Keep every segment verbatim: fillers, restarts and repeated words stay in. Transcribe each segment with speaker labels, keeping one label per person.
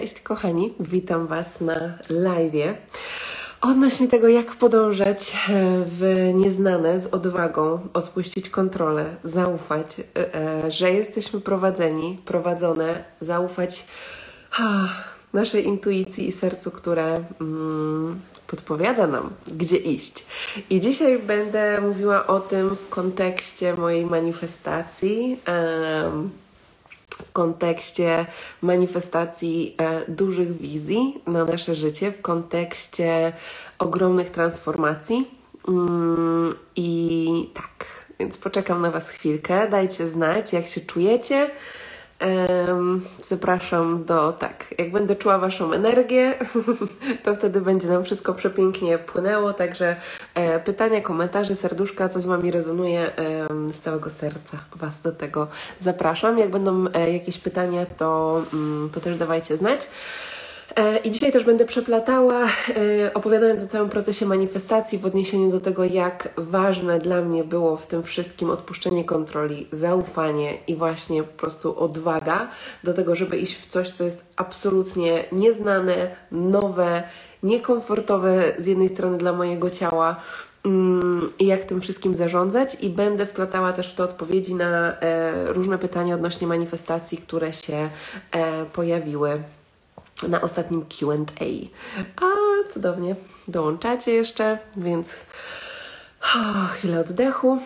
Speaker 1: Cześć kochani, witam Was na live'ie odnośnie tego, jak podążać w nieznane z odwagą, odpuścić kontrolę, zaufać, że jesteśmy prowadzeni, prowadzone, zaufać naszej intuicji i sercu, które mm, podpowiada nam, gdzie iść. I dzisiaj będę mówiła o tym w kontekście mojej manifestacji, um, w kontekście manifestacji e, dużych wizji na nasze życie, w kontekście ogromnych transformacji. Mm, I tak, więc poczekam na Was chwilkę, dajcie znać, jak się czujecie. Um, zapraszam do, tak, jak będę czuła Waszą energię, to wtedy będzie nam wszystko przepięknie płynęło, także e, pytania, komentarze, serduszka, co z Wami rezonuje, e, z całego serca Was do tego zapraszam. Jak będą e, jakieś pytania, to, mm, to też dawajcie znać. I dzisiaj też będę przeplatała, opowiadając o całym procesie manifestacji w odniesieniu do tego, jak ważne dla mnie było w tym wszystkim odpuszczenie kontroli, zaufanie i właśnie po prostu odwaga do tego, żeby iść w coś, co jest absolutnie nieznane, nowe, niekomfortowe z jednej strony dla mojego ciała i jak tym wszystkim zarządzać. I będę wplatała też w to odpowiedzi na różne pytania odnośnie manifestacji, które się pojawiły na ostatnim Q and A. A, cudownie. Dołączacie jeszcze, więc oh, chwilę oddechu.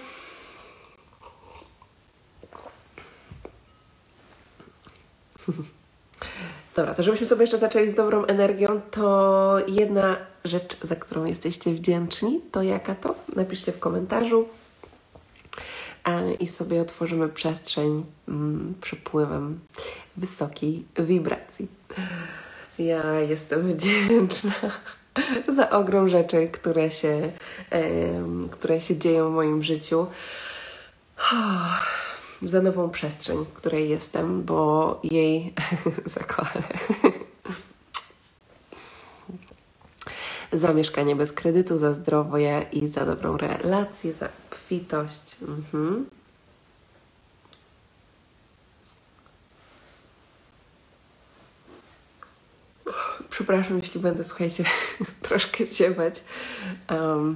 Speaker 1: Dobra, to żebyśmy sobie jeszcze zaczęli z dobrą energią, to jedna rzecz, za którą jesteście wdzięczni, to jaka to? Napiszcie w komentarzu i sobie otworzymy przestrzeń mm, przepływem wysokiej wibracji. Ja jestem wdzięczna za ogrom rzeczy, które się, um, które się dzieją w moim życiu. Oh, za nową przestrzeń, w której jestem, bo jej zakocham. Za mieszkanie bez kredytu, za zdrowie i za dobrą relację, za obfitość. Mhm. Przepraszam, jeśli będę, słuchajcie, troszkę ziewać. Um.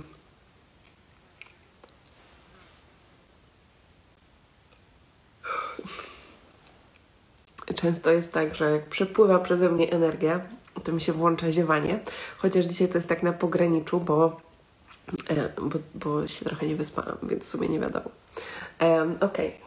Speaker 1: Często jest tak, że jak przepływa przeze mnie energia, to mi się włącza ziewanie. Chociaż dzisiaj to jest tak na pograniczu, bo, bo, bo się trochę nie wyspałam, więc w sumie nie wiadomo. Um, Okej. Okay.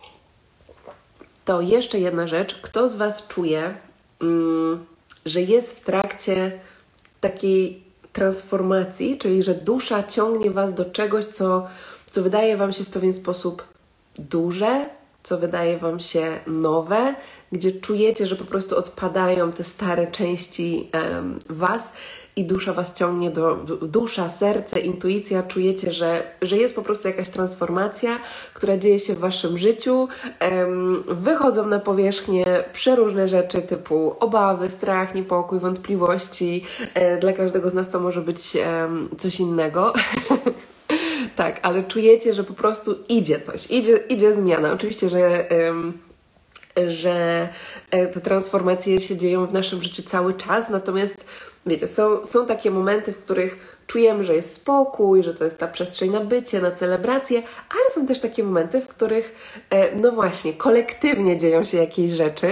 Speaker 1: To jeszcze jedna rzecz. Kto z Was czuje, mm, że jest w trakcie takiej transformacji, czyli że dusza ciągnie Was do czegoś, co, co wydaje Wam się w pewien sposób duże, co wydaje Wam się nowe, gdzie czujecie, że po prostu odpadają te stare części um, Was i dusza Was ciągnie do, dusza, serce, intuicja, czujecie, że, że jest po prostu jakaś transformacja, która dzieje się w Waszym życiu, um, wychodzą na powierzchnię przeróżne rzeczy typu obawy, strach, niepokój, wątpliwości, e, dla każdego z nas to może być um, coś innego. Tak, ale czujecie, że po prostu idzie coś, idzie, idzie zmiana. Oczywiście, że, um, że te transformacje się dzieją w naszym życiu cały czas, natomiast wiecie, są, są takie momenty, w których czujemy, że jest spokój, że to jest ta przestrzeń na bycie, na celebrację, ale są też takie momenty, w których, no właśnie, kolektywnie dzieją się jakieś rzeczy.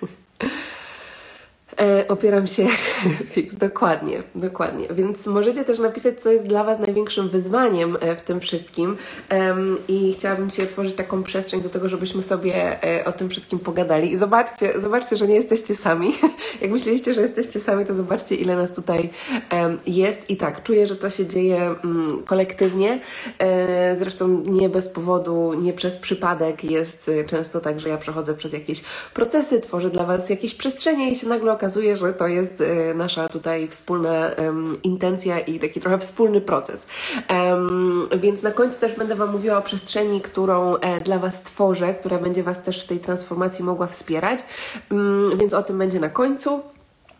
Speaker 1: E, opieram się jak fix, dokładnie, dokładnie. Więc możecie też napisać, co jest dla Was największym wyzwaniem w tym wszystkim. Um, I chciałabym Ci otworzyć taką przestrzeń do tego, żebyśmy sobie e, o tym wszystkim pogadali. I zobaczcie, zobaczcie, że nie jesteście sami. Jak myśleliście, że jesteście sami, to zobaczcie, ile nas tutaj um, jest. I tak, czuję, że to się dzieje um, kolektywnie. E, zresztą nie bez powodu, nie przez przypadek. Jest e, często tak, że ja przechodzę przez jakieś procesy, tworzę dla Was jakieś przestrzenie i się nagle okazuje, Okazuje, że to jest e, nasza tutaj wspólna um, intencja i taki trochę wspólny proces. Um, więc na końcu też będę Wam mówiła o przestrzeni, którą e, dla Was tworzę, która będzie Was też w tej transformacji mogła wspierać, um, więc o tym będzie na końcu.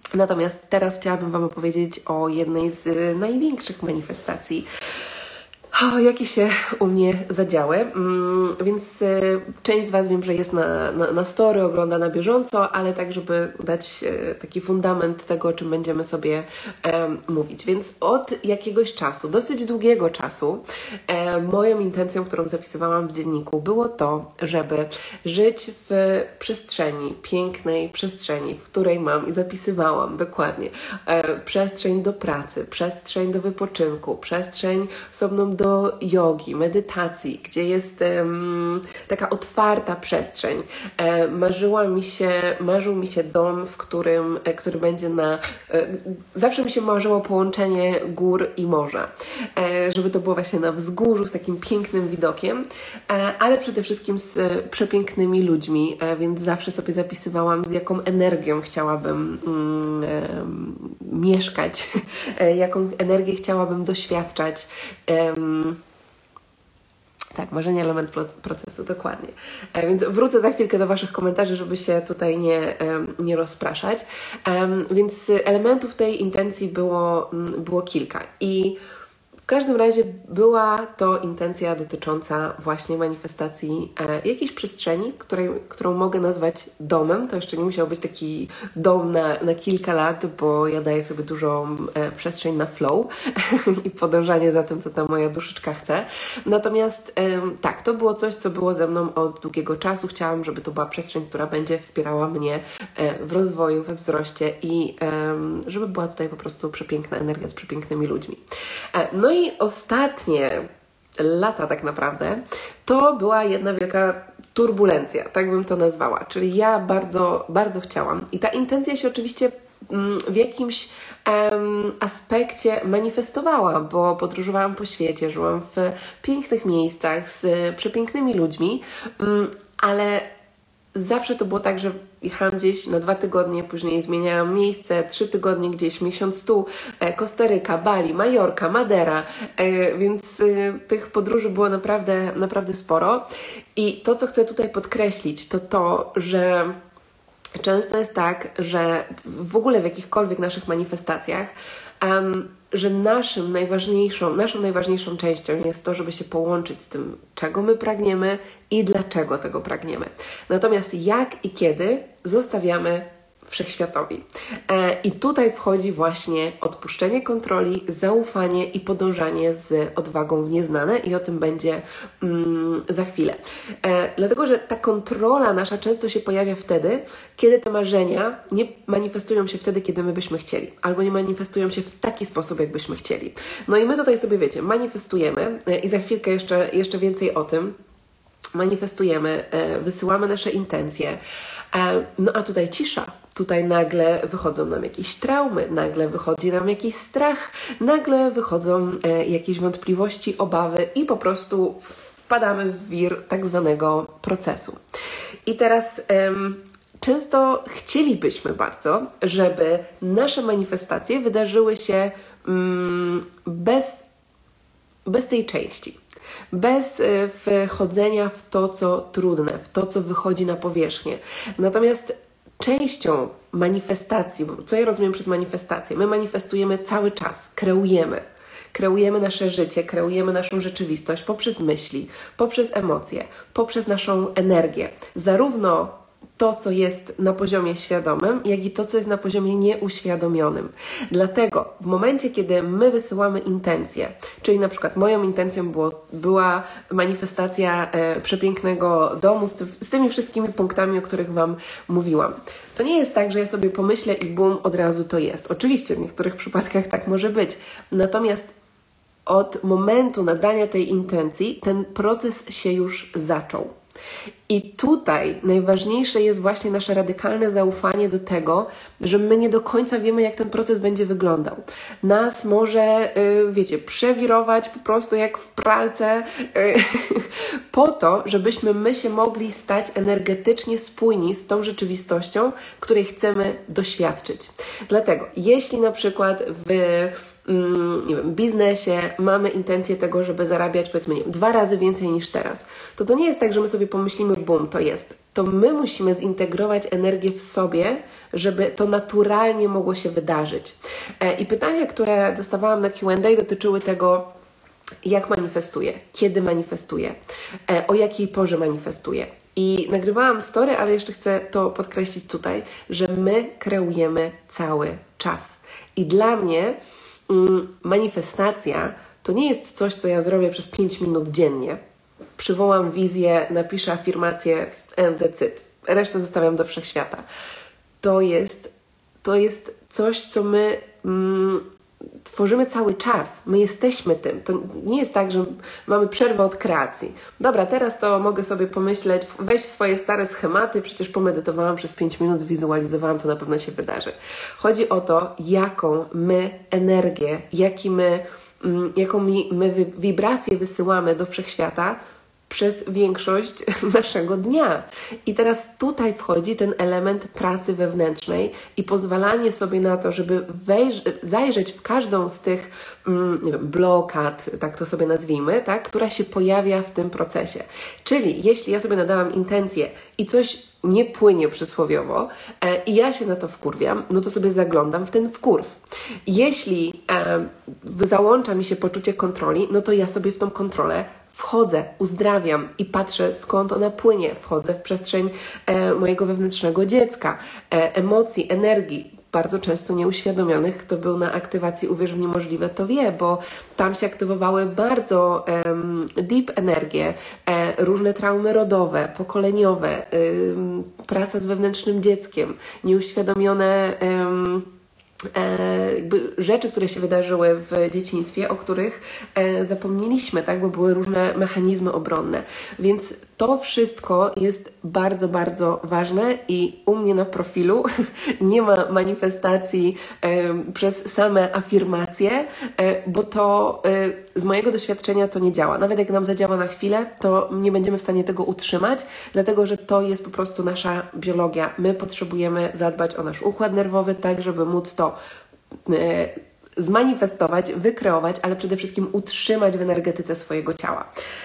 Speaker 1: Natomiast teraz chciałabym Wam opowiedzieć o jednej z największych manifestacji O, jakie się u mnie zadziały, mm, więc y, część z Was wiem, że jest na, na, na story, ogląda na bieżąco, ale tak, żeby dać y, taki fundament tego, o czym będziemy sobie y, mówić. Więc od jakiegoś czasu, dosyć długiego czasu, y, moją intencją, którą zapisywałam w dzienniku, było to, żeby żyć w przestrzeni, pięknej przestrzeni, w której mam i zapisywałam dokładnie y, przestrzeń do pracy, przestrzeń do wypoczynku, przestrzeń osobną do jogi, medytacji, gdzie jest um, taka otwarta przestrzeń. E, marzyła mi się, marzył mi się dom, w którym, e, który będzie na... E, zawsze mi się marzyło połączenie gór i morza. E, żeby to było właśnie na wzgórzu z takim pięknym widokiem, e, ale przede wszystkim z e, przepięknymi ludźmi, e, więc zawsze sobie zapisywałam, z jaką energią chciałabym mm, e, mieszkać, e, jaką energię chciałabym doświadczać. E, Tak, marzenie, element procesu, dokładnie. E, więc wrócę za chwilkę do Waszych komentarzy, żeby się tutaj nie, nie rozpraszać. E, więc elementów tej intencji było, było kilka i w każdym razie była to intencja dotycząca właśnie manifestacji e, jakiejś przestrzeni, której, którą mogę nazwać domem. To jeszcze nie musiał być taki dom na, na kilka lat, bo ja daję sobie dużą e, przestrzeń na flow i podążanie za tym, co ta moja duszyczka chce. Natomiast e, tak, to było coś, co było ze mną od długiego czasu. Chciałam, żeby to była przestrzeń, która będzie wspierała mnie e, w rozwoju, we wzroście i e, żeby była tutaj po prostu przepiękna energia z przepięknymi ludźmi. E, no i I ostatnie lata tak naprawdę to była jedna wielka turbulencja, tak bym to nazwała. Czyli ja bardzo, bardzo chciałam i ta intencja się oczywiście w jakimś um, aspekcie manifestowała, bo podróżowałam po świecie, żyłam w pięknych miejscach z przepięknymi ludźmi, um, ale zawsze to było tak, że jechałam gdzieś na dwa tygodnie, później zmieniałam miejsce, trzy tygodnie gdzieś, miesiąc tu, e, Kostaryka, Bali, Majorka, Madera, e, więc e, tych podróży było naprawdę, naprawdę sporo. I to, co chcę tutaj podkreślić, to to, że często jest tak, że w ogóle w jakichkolwiek naszych manifestacjach um, że naszym najważniejszą, naszą najważniejszą częścią jest to, żeby się połączyć z tym, czego my pragniemy i dlaczego tego pragniemy. Natomiast jak i kiedy zostawiamy wszechświatowi. E, I tutaj wchodzi właśnie odpuszczenie kontroli, zaufanie i podążanie z odwagą w nieznane i o tym będzie mm, za chwilę. E, dlatego, że ta kontrola nasza często się pojawia wtedy, kiedy te marzenia nie manifestują się wtedy, kiedy my byśmy chcieli, albo nie manifestują się w taki sposób, jakbyśmy chcieli. No i my tutaj sobie, wiecie, manifestujemy e, i za chwilkę jeszcze, jeszcze więcej o tym. Manifestujemy, e, wysyłamy nasze intencje, e, no a tutaj cisza. Tutaj nagle wychodzą nam jakieś traumy, nagle wychodzi nam jakiś strach, nagle wychodzą e, jakieś wątpliwości, obawy i po prostu wpadamy w wir tak zwanego procesu. I teraz em, często chcielibyśmy bardzo, żeby nasze manifestacje wydarzyły się mm, bez, bez tej części. Bez y, wchodzenia w to, co trudne, w to, co wychodzi na powierzchnię. Natomiast częścią manifestacji, bo co ja rozumiem przez manifestację? My manifestujemy cały czas, kreujemy. Kreujemy nasze życie, kreujemy naszą rzeczywistość poprzez myśli, poprzez emocje, poprzez naszą energię. Zarówno to, co jest na poziomie świadomym, jak i to, co jest na poziomie nieuświadomionym. Dlatego w momencie, kiedy my wysyłamy intencje, czyli na przykład moją intencją było, była manifestacja e, przepięknego domu z, ty, z tymi wszystkimi punktami, o których Wam mówiłam. To nie jest tak, że ja sobie pomyślę i bum, od razu to jest. Oczywiście w niektórych przypadkach tak może być. Natomiast od momentu nadania tej intencji ten proces się już zaczął. I tutaj najważniejsze jest właśnie nasze radykalne zaufanie do tego, że my nie do końca wiemy, jak ten proces będzie wyglądał. Nas może, yy, wiecie, przewirować po prostu jak w pralce yy, po to, żebyśmy my się mogli stać energetycznie spójni z tą rzeczywistością, której chcemy doświadczyć. Dlatego, jeśli na przykład w nie wiem, biznesie mamy intencję tego, żeby zarabiać powiedzmy nie wiem, dwa razy więcej niż teraz, to to nie jest tak, że my sobie pomyślimy, bum, to jest. To my musimy zintegrować energię w sobie, żeby to naturalnie mogło się wydarzyć. I pytania, które dostawałam na Q and A dotyczyły tego, jak manifestuję, kiedy manifestuję, o jakiej porze manifestuję. I nagrywałam story, ale jeszcze chcę to podkreślić tutaj, że my kreujemy cały czas. I dla mnie mm, manifestacja to nie jest coś, co ja zrobię przez pięć minut dziennie. Przywołam wizję, napiszę afirmację and that's it. Resztę zostawiam do wszechświata. To jest, to jest coś, co my mm, tworzymy cały czas. My jesteśmy tym. To nie jest tak, że mamy przerwę od kreacji. Dobra, teraz to mogę sobie pomyśleć, wejść w swoje stare schematy, przecież pomedytowałam przez pięć minut, zwizualizowałam, to na pewno się wydarzy. Chodzi o to, jaką my energię, jaki my, mm, jaką mi, my wibrację wysyłamy do wszechświata przez większość naszego dnia. I teraz tutaj wchodzi ten element pracy wewnętrznej i pozwalanie sobie na to, żeby wejrz, zajrzeć w każdą z tych mm, nie wiem, blokad, tak to sobie nazwijmy, tak, która się pojawia w tym procesie. Czyli jeśli ja sobie nadałam intencję i coś nie płynie przysłowiowo e, i ja się na to wkurwiam, no to sobie zaglądam w ten wkurw. Jeśli e, załącza mi się poczucie kontroli, no to ja sobie w tą kontrolę wchodzę, uzdrawiam i patrzę, skąd ona płynie. Wchodzę w przestrzeń e, mojego wewnętrznego dziecka, e, emocji, energii. Bardzo często nieuświadomionych, kto był na aktywacji Uwierz w Niemożliwe, to wie, bo tam się aktywowały bardzo um, deep energie, e, różne traumy rodowe, pokoleniowe, um, praca z wewnętrznym dzieckiem, nieuświadomione um, E, jakby rzeczy, które się wydarzyły w dzieciństwie, o których e, zapomnieliśmy, tak, bo były różne mechanizmy obronne. Więc to wszystko jest bardzo, bardzo ważne i u mnie na profilu nie ma manifestacji e, przez same afirmacje, e, bo to e, z mojego doświadczenia to nie działa. Nawet jak nam zadziała na chwilę, to nie będziemy w stanie tego utrzymać, dlatego że to jest po prostu nasza biologia. My potrzebujemy zadbać o nasz układ nerwowy, tak żeby móc to e, zmanifestować, wykreować, ale przede wszystkim utrzymać w energetyce swojego ciała.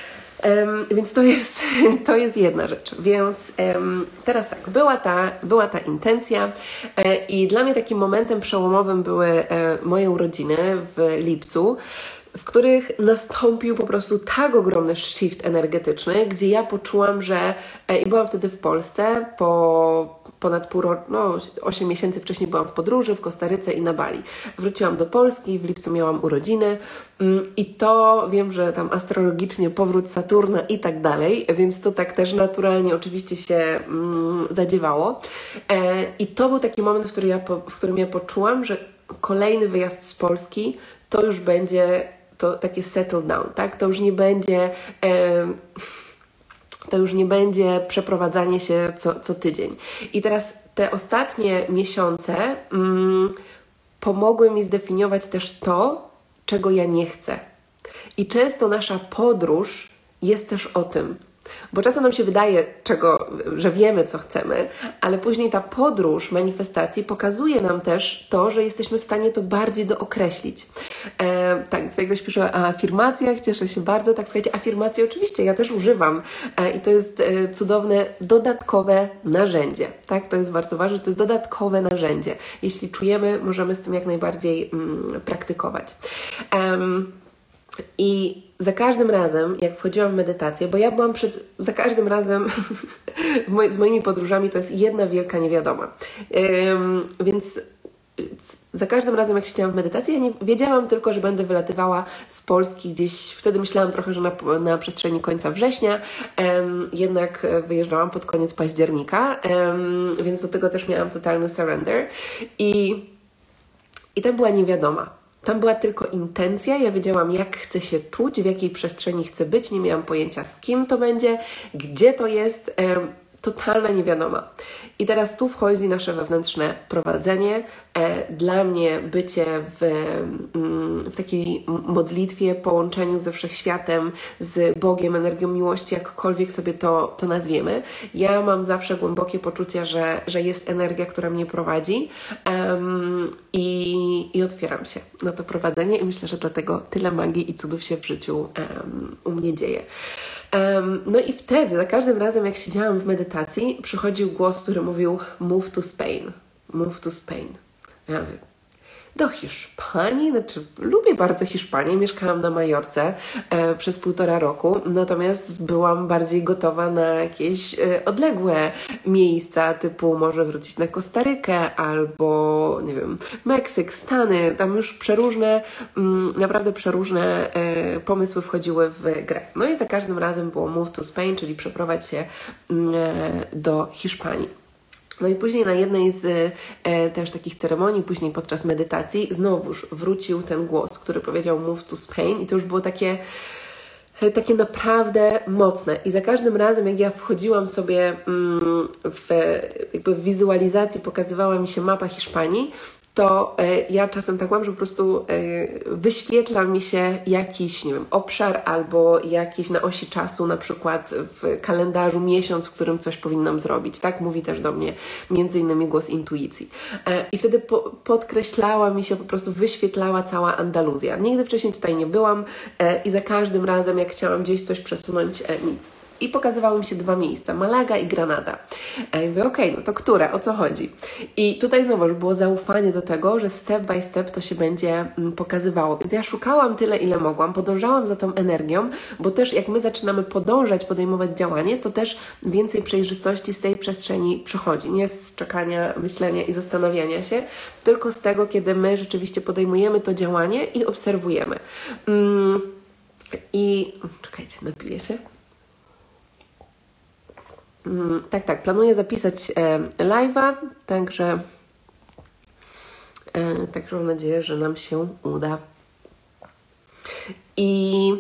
Speaker 1: Um, więc to jest, to jest jedna rzecz. Więc um, teraz tak, była ta, była ta intencja e, i dla mnie takim momentem przełomowym były e, moje urodziny w lipcu, w których nastąpił po prostu tak ogromny shift energetyczny, gdzie ja poczułam, że e, i byłam wtedy w Polsce, po ponad pół roku, no osiem miesięcy wcześniej byłam w podróży w Kostaryce i na Bali. Wróciłam do Polski, w lipcu miałam urodziny mm, i to wiem, że tam astrologicznie powrót Saturna i tak dalej, więc to tak też naturalnie oczywiście się mm, zadziewało. E, I to był taki moment, w, który ja po, w którym ja poczułam, że kolejny wyjazd z Polski to już będzie to takie settle down, tak? To już nie będzie... E, to już nie będzie przeprowadzanie się co, co tydzień. I teraz te ostatnie miesiące mm, pomogły mi zdefiniować też to, czego ja nie chcę. I często nasza podróż jest też o tym. Bo czasem nam się wydaje, czego, że wiemy, co chcemy, ale później ta podróż manifestacji pokazuje nam też to, że jesteśmy w stanie to bardziej dookreślić. E, tak, tutaj ktoś pisze o afirmacjach, cieszę się bardzo. Tak, słuchajcie, afirmacje oczywiście ja też używam e, i to jest e, cudowne, dodatkowe narzędzie. Tak, to jest bardzo ważne, to jest dodatkowe narzędzie. Jeśli czujemy, możemy z tym jak najbardziej mm, praktykować. Um, I za każdym razem, jak wchodziłam w medytację, bo ja byłam przed, za każdym razem z moimi podróżami to jest jedna wielka niewiadoma. Ym, więc za każdym razem, jak siedziałam w medytacji, ja nie wiedziałam tylko, że będę wylatywała z Polski gdzieś, wtedy myślałam trochę, że na, na przestrzeni końca września, ym, jednak wyjeżdżałam pod koniec października, ym, więc do tego też miałam totalny surrender i, i tam była niewiadoma. Tam była tylko intencja, ja wiedziałam, jak chcę się czuć, w jakiej przestrzeni chcę być, nie miałam pojęcia, z kim to będzie, gdzie to jest, e, totalna niewiadoma. I teraz tu wchodzi nasze wewnętrzne prowadzenie. E, dla mnie bycie w, mm, w takiej modlitwie, połączeniu ze Wszechświatem, z Bogiem, energią miłości, jakkolwiek sobie to, to nazwiemy. Ja mam zawsze głębokie poczucie, że, że jest energia, która mnie prowadzi um, i, i otwieram się na to prowadzenie i myślę, że dlatego tyle magii i cudów się w życiu um, u mnie dzieje. Um, no i wtedy, za każdym razem, jak siedziałam w medytacji, przychodził głos, który mówił move to Spain, move to Spain. Ja mówię, do Hiszpanii. Znaczy, lubię bardzo Hiszpanię. Mieszkałam na Majorce e, przez półtora roku, natomiast byłam bardziej gotowa na jakieś e, odległe miejsca, typu może wrócić na Kostarykę albo, nie wiem, Meksyk, Stany. Tam już przeróżne, mm, naprawdę przeróżne e, pomysły wchodziły w grę. No i za każdym razem było move to Spain, czyli przeprowadź się mm, e, do Hiszpanii. No i później na jednej z e, też takich ceremonii, później podczas medytacji, znowuż wrócił ten głos, który powiedział move to Spain i to już było takie, e, takie naprawdę mocne. I za każdym razem, jak ja wchodziłam sobie mm, w, jakby w wizualizacji, pokazywała mi się mapa Hiszpanii, to e, ja czasem tak mam, że po prostu e, wyświetla mi się jakiś, nie wiem, obszar albo jakiś na osi czasu, na przykład w kalendarzu miesiąc, w którym coś powinnam zrobić. Tak mówi też do mnie między innymi głos intuicji. E, I wtedy po, podkreślała mi się, po prostu wyświetlała cała Andaluzja. Nigdy wcześniej tutaj nie byłam e, i za każdym razem, jak chciałam gdzieś coś przesunąć, e, nic. I pokazywały mi się dwa miejsca, Malaga i Granada. I mówię, okej, okay, no to które, o co chodzi? I tutaj znowu było zaufanie do tego, że step by step to się będzie pokazywało. Więc ja szukałam tyle, ile mogłam, podążałam za tą energią, bo też jak my zaczynamy podążać, podejmować działanie, to też więcej przejrzystości z tej przestrzeni przychodzi. Nie z czekania, myślenia i zastanawiania się, tylko z tego, kiedy my rzeczywiście podejmujemy to działanie i obserwujemy. Mm, I czekajcie, napiję się. Mm, tak, tak, planuję zapisać e, live'a, także, e, także mam nadzieję, że nam się uda. I,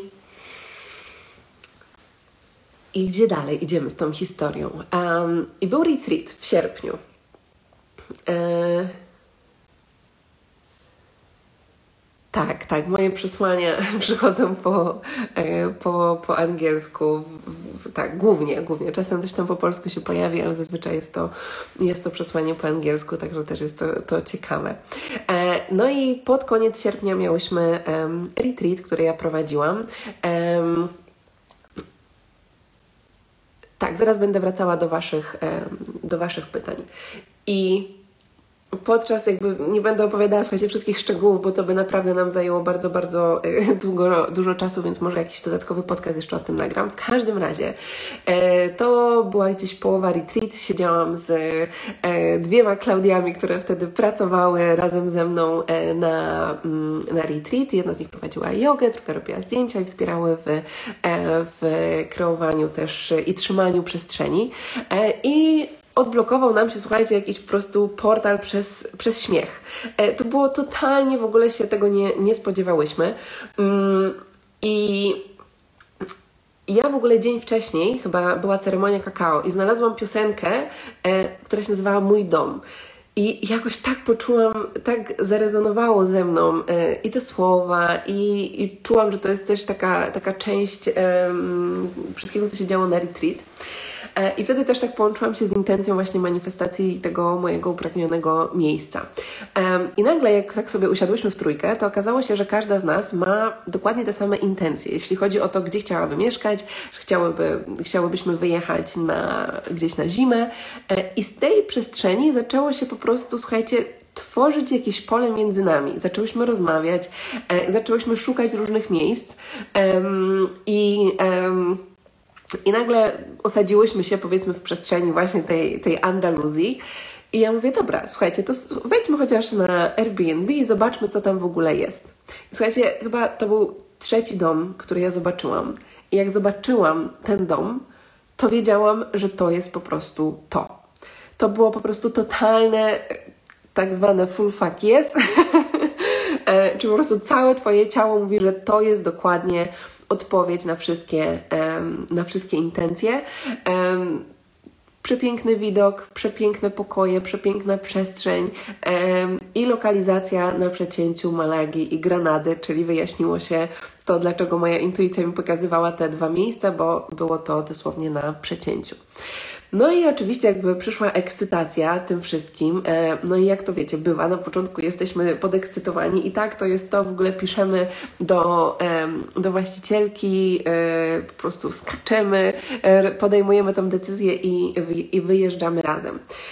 Speaker 1: i gdzie dalej idziemy z tą historią? Um, I był retreat w sierpniu. E, Tak, tak, moje przesłania przychodzą po, po, po angielsku, w, w, tak, głównie, głównie. Czasem coś tam po polsku się pojawi, ale zazwyczaj jest to, jest to przesłanie po angielsku, także też jest to, to ciekawe. No i pod koniec sierpnia miałyśmy um, retreat, który ja prowadziłam. Um, tak, zaraz będę wracała do waszych, um, do waszych pytań. I podczas jakby, nie będę opowiadała, słuchajcie, wszystkich szczegółów, bo to by naprawdę nam zajęło bardzo, bardzo długo, dużo czasu, więc może jakiś dodatkowy podcast jeszcze o tym nagram. W każdym razie e, to była gdzieś połowa retreat, siedziałam z e, dwiema Klaudiami, które wtedy pracowały razem ze mną e, na, mm, na retreat. Jedna z nich prowadziła jogę, druga robiła zdjęcia i wspierały w, e, w kreowaniu też i trzymaniu przestrzeni. E, I odblokował nam się, słuchajcie, jakiś po prostu portal przez, przez śmiech. E, to było totalnie, w ogóle się tego nie, nie spodziewałyśmy. Mm, I ja w ogóle dzień wcześniej, chyba była ceremonia kakao i znalazłam piosenkę, e, która się nazywała Mój dom. I jakoś tak poczułam, tak zarezonowało ze mną e, i te słowa, i, i czułam, że to jest też taka, taka część e, wszystkiego, co się działo na retreat. I wtedy też tak połączyłam się z intencją właśnie manifestacji tego mojego upragnionego miejsca. I nagle, jak tak sobie usiadłyśmy w trójkę, to okazało się, że każda z nas ma dokładnie te same intencje, jeśli chodzi o to, gdzie chciałaby mieszkać, że chciałyby, chciałybyśmy wyjechać na, gdzieś na zimę. I z tej przestrzeni zaczęło się po prostu, słuchajcie, tworzyć jakieś pole między nami. Zaczęłyśmy rozmawiać, zaczęłyśmy szukać różnych miejsc i I nagle osadziłyśmy się, powiedzmy, w przestrzeni właśnie tej, tej Andaluzji. I ja mówię, dobra, słuchajcie, to wejdźmy chociaż na Airbnb i zobaczmy, co tam w ogóle jest. I słuchajcie, chyba to był trzeci dom, który ja zobaczyłam. I jak zobaczyłam ten dom, to wiedziałam, że to jest po prostu to. To było po prostu totalne, tak zwane full fuck yes. Czy po prostu całe Twoje ciało mówi, że to jest dokładnie odpowiedź na wszystkie, um, na wszystkie intencje. Um, przepiękny widok, przepiękne pokoje, przepiękna przestrzeń um, i lokalizacja na przecięciu Malagi i Granady, czyli wyjaśniło się to, dlaczego moja intuicja mi pokazywała te dwa miejsca, bo było to dosłownie na przecięciu. No i oczywiście jakby przyszła ekscytacja tym wszystkim, no i jak to wiecie, bywa, na początku jesteśmy podekscytowani i tak to jest to, w ogóle piszemy do, do właścicielki, po prostu skaczemy, podejmujemy tą decyzję i, i wyjeżdżamy razem.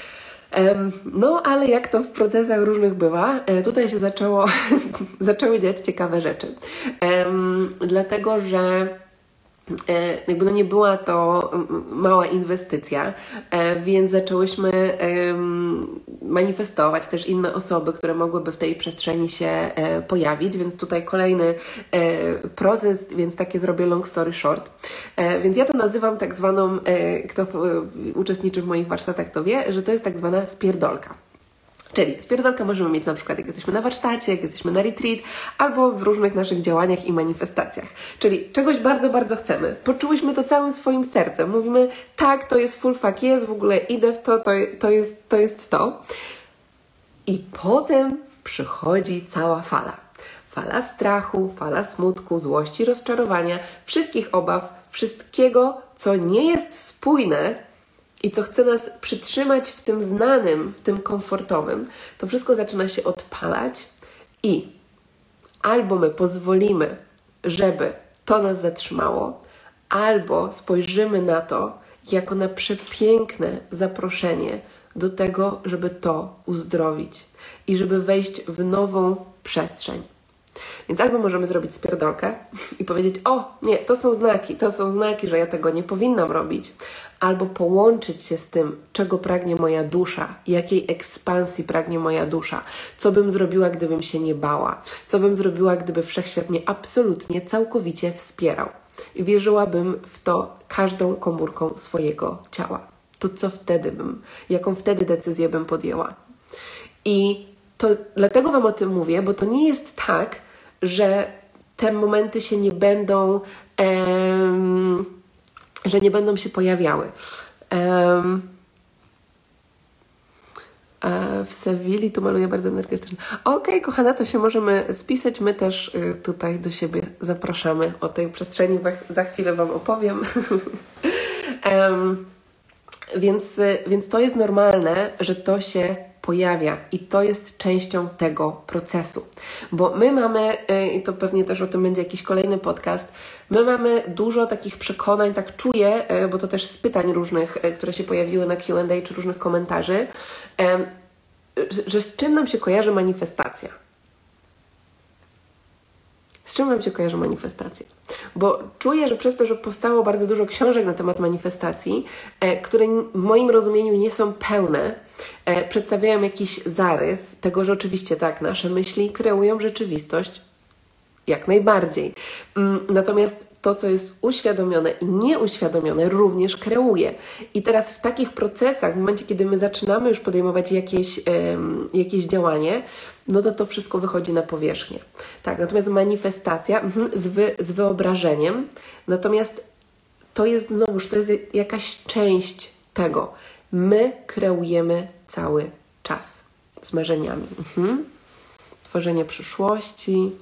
Speaker 1: No, ale jak to w procesach różnych bywa, tutaj się zaczęło, zaczęły dziać ciekawe rzeczy. Dlatego, że jakby no nie była to mała inwestycja, więc zaczęłyśmy manifestować też inne osoby, które mogłyby w tej przestrzeni się pojawić, więc tutaj kolejny proces, więc takie zrobię long story short. Więc ja to nazywam tak zwaną, kto uczestniczy w moich warsztatach, to wie, że to jest tak zwana spierdolka. Czyli spierdolkę możemy mieć na przykład jak jesteśmy na warsztacie, jak jesteśmy na retreat, albo w różnych naszych działaniach i manifestacjach. Czyli czegoś bardzo, bardzo chcemy. Poczułyśmy to całym swoim sercem. Mówimy, tak, to jest full fuck, jest, w ogóle idę w to, to, to, jest, to jest to. I potem przychodzi cała fala. Fala strachu, fala smutku, złości, rozczarowania, wszystkich obaw, wszystkiego, co nie jest spójne i co chce nas przytrzymać w tym znanym, w tym komfortowym, to wszystko zaczyna się odpalać i albo my pozwolimy, żeby to nas zatrzymało, albo spojrzymy na to jako na przepiękne zaproszenie do tego, żeby to uzdrowić i żeby wejść w nową przestrzeń. Więc albo możemy zrobić spierdolkę i powiedzieć, o nie, to są znaki, to są znaki, że ja tego nie powinnam robić. Albo połączyć się z tym, czego pragnie moja dusza, jakiej ekspansji pragnie moja dusza, co bym zrobiła, gdybym się nie bała, co bym zrobiła, gdyby wszechświat mnie absolutnie, całkowicie wspierał. I wierzyłabym w to każdą komórką swojego ciała. To co wtedy bym, jaką wtedy decyzję bym podjęła. I to dlatego Wam o tym mówię, bo to nie jest tak, że te momenty się nie będą, em, że nie będą się pojawiały. Em, a w Sewilli tu maluję bardzo energetycznie. Okej, okay, kochana, to się możemy spisać. My też y, tutaj do siebie zapraszamy. O tej przestrzeni za chwilę Wam opowiem. em, więc, y, więc to jest normalne, że to się pojawia i to jest częścią tego procesu. Bo my mamy, i to pewnie też o tym będzie jakiś kolejny podcast, my mamy dużo takich przekonań, tak czuję, bo to też z pytań różnych, które się pojawiły na Q and A czy różnych komentarzy, że z czym nam się kojarzy manifestacja? Z czym Wam się kojarzy manifestacja? Bo czuję, że przez to, że powstało bardzo dużo książek na temat manifestacji, e, które w moim rozumieniu nie są pełne, e, przedstawiają jakiś zarys tego, że oczywiście tak, nasze myśli kreują rzeczywistość, jak najbardziej. Mm, natomiast to, co jest uświadomione i nieuświadomione, również kreuje. I teraz w takich procesach, w momencie, kiedy my zaczynamy już podejmować jakieś, um, jakieś działanie, no to to wszystko wychodzi na powierzchnię. Tak, natomiast manifestacja mm, z, wy, z wyobrażeniem, natomiast to jest znowuż, to jest jakaś część tego. My kreujemy cały czas z marzeniami. Mhm. Tworzenie przyszłości.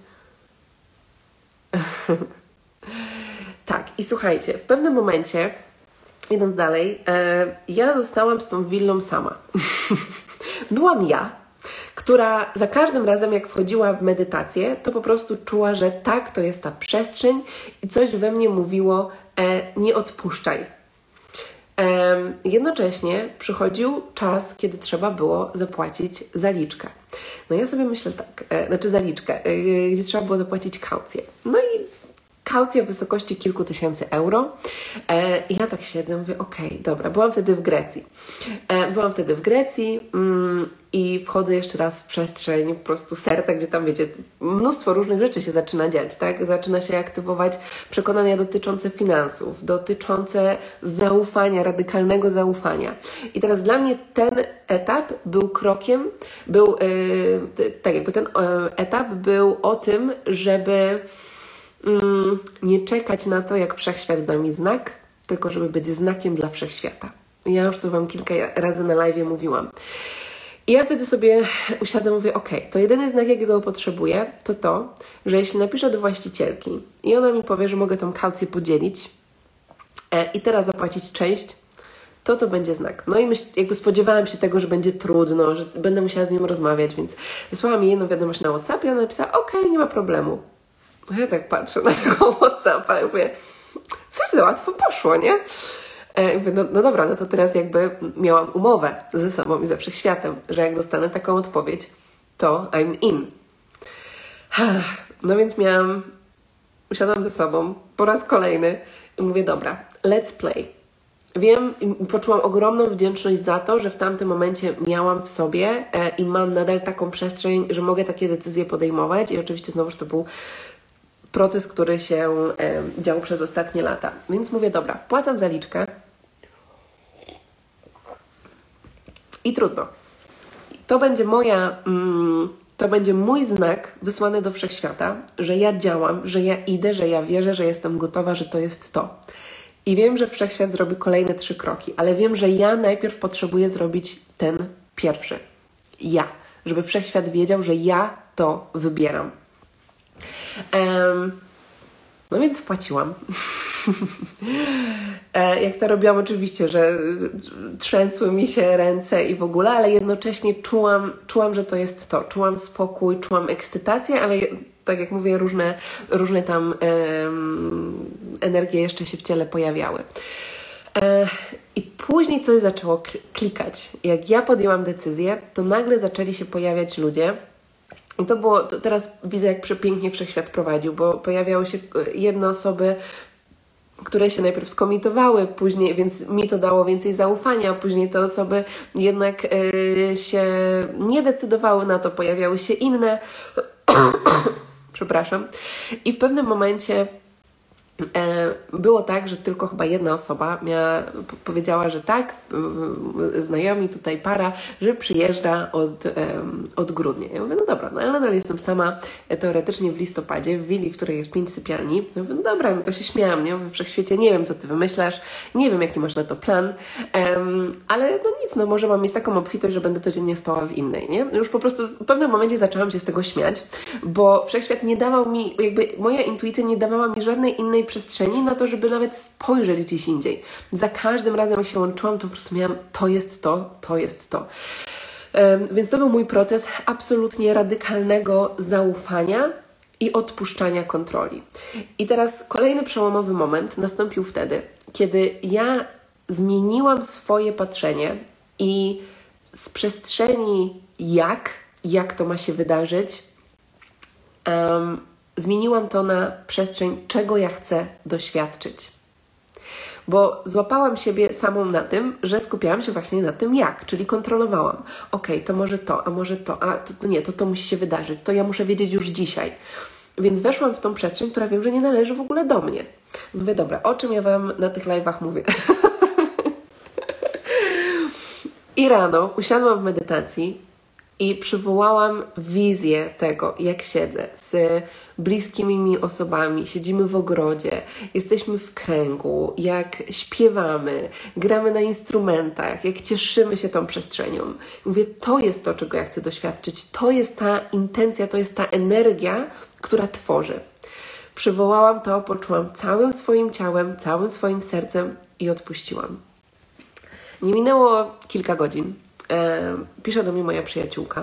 Speaker 1: Tak, i słuchajcie, w pewnym momencie, idąc dalej, e, ja zostałam z tą willą sama. Byłam ja, która za każdym razem, jak wchodziła w medytację, to po prostu czuła, że tak, to jest ta przestrzeń i coś we mnie mówiło, e, nie odpuszczaj. E, jednocześnie przychodził czas, kiedy trzeba było zapłacić zaliczkę. No ja sobie myślę tak, e, znaczy zaliczkę, e, gdzie trzeba było zapłacić kaucję. No i kaucję w wysokości kilku tysięcy euro. E, I ja tak siedzę, mówię, okej, okay, dobra, byłam wtedy w Grecji. E, byłam wtedy w Grecji mm, i wchodzę jeszcze raz w przestrzeń po prostu serca, gdzie tam, wiecie, mnóstwo różnych rzeczy się zaczyna dziać, tak? Zaczyna się aktywować przekonania dotyczące finansów, dotyczące zaufania, radykalnego zaufania. I teraz dla mnie ten etap był krokiem, był, yy, tak jakby ten yy, etap był o tym, żeby Mm, nie czekać na to, jak wszechświat da mi znak, tylko żeby być znakiem dla wszechświata. Ja już to Wam kilka razy na live mówiłam. I ja wtedy sobie usiadłam i mówię, okej, okay, to jedyny znak, jakiego potrzebuję, to to, że jeśli napiszę do właścicielki i ona mi powie, że mogę tą kaucję podzielić e, i teraz zapłacić część, to to będzie znak. No i myśl, jakby spodziewałam się tego, że będzie trudno, że będę musiała z nim rozmawiać, więc wysłałam jej jedną wiadomość na WhatsApp i ona napisała, okej, okay, nie ma problemu. Ja tak patrzę na tego WhatsAppa i mówię, coś za łatwo poszło, nie? E, mówię, no, no dobra, no to teraz jakby miałam umowę ze sobą i ze wszechświatem, że jak dostanę taką odpowiedź, to I'm in. No więc miałam, usiadłam ze sobą po raz kolejny i mówię, dobra, let's play. Wiem, poczułam ogromną wdzięczność za to, że w tamtym momencie miałam w sobie e, i mam nadal taką przestrzeń, że mogę takie decyzje podejmować i oczywiście znowuż to był proces, który się e, dział przez ostatnie lata. Więc mówię, dobra, wpłacam zaliczkę i trudno. To będzie moja, mm, to będzie mój znak wysłany do wszechświata, że ja działam, że ja idę, że ja wierzę, że jestem gotowa, że to jest to. I wiem, że wszechświat zrobi kolejne trzy kroki, ale wiem, że ja najpierw potrzebuję zrobić ten pierwszy. Ja. Żeby wszechświat wiedział, że ja to wybieram. Um, no więc wpłaciłam. e, jak to robiłam oczywiście, że trzęsły mi się ręce i w ogóle, ale jednocześnie czułam, czułam, że to jest to. Czułam spokój, czułam ekscytację, ale tak jak mówię, różne, różne tam em, energie jeszcze się w ciele pojawiały. E, I później coś zaczęło klikać. Jak ja podjęłam decyzję, to nagle zaczęli się pojawiać ludzie. I to było, to teraz widzę, jak przepięknie wszechświat prowadził, bo pojawiały się jedne osoby, które się najpierw skomitowały, później, więc mi to dało więcej zaufania, później te osoby jednak y, się nie decydowały na to, pojawiały się inne. Przepraszam. I w pewnym momencie e, było tak, że tylko chyba jedna osoba miała, p- powiedziała, że tak, y, znajomi tutaj para, że przyjeżdża od, e, od grudnia. Ja mówię, no dobra, no ale nadal jestem sama e, teoretycznie w listopadzie, w willi, w której jest pięć sypialni. Ja mówię, no dobra, no to się śmiałam, nie? We wszechświecie nie wiem, co ty wymyślasz, nie wiem, jaki masz na to plan, em, ale no nic, no może mam mieć taką obfitość, że będę codziennie spała w innej, nie? Już po prostu w pewnym momencie zaczęłam się z tego śmiać, bo wszechświat nie dawał mi, jakby moja intuicja nie dawała mi żadnej innej przestrzeni na to, żeby nawet spojrzeć gdzieś indziej. Za każdym razem, jak się łączyłam, to po prostu miałam, to jest to, to jest to. Um, więc to był mój proces absolutnie radykalnego zaufania i odpuszczania kontroli. I teraz kolejny przełomowy moment nastąpił wtedy, kiedy ja zmieniłam swoje patrzenie i z przestrzeni jak, jak to ma się wydarzyć, um, zmieniłam to na przestrzeń, czego ja chcę doświadczyć. Bo złapałam siebie samą na tym, że skupiałam się właśnie na tym jak, czyli kontrolowałam. Okej, okay, to może to, a może to, a to, to nie, to to musi się wydarzyć, to ja muszę wiedzieć już dzisiaj. Więc weszłam w tą przestrzeń, która wiem, że nie należy w ogóle do mnie. Mówię, dobra, o czym ja Wam na tych live'ach mówię? I rano usiadłam w medytacji i przywołałam wizję tego, jak siedzę z bliskimi mi osobami, siedzimy w ogrodzie, jesteśmy w kręgu, jak śpiewamy, gramy na instrumentach, jak cieszymy się tą przestrzenią. Mówię, to jest to, czego ja chcę doświadczyć, to jest ta intencja, to jest ta energia, która tworzy. Przywołałam to, poczułam całym swoim ciałem, całym swoim sercem i odpuściłam. Nie minęło kilka godzin. E, pisze do mnie moja przyjaciółka,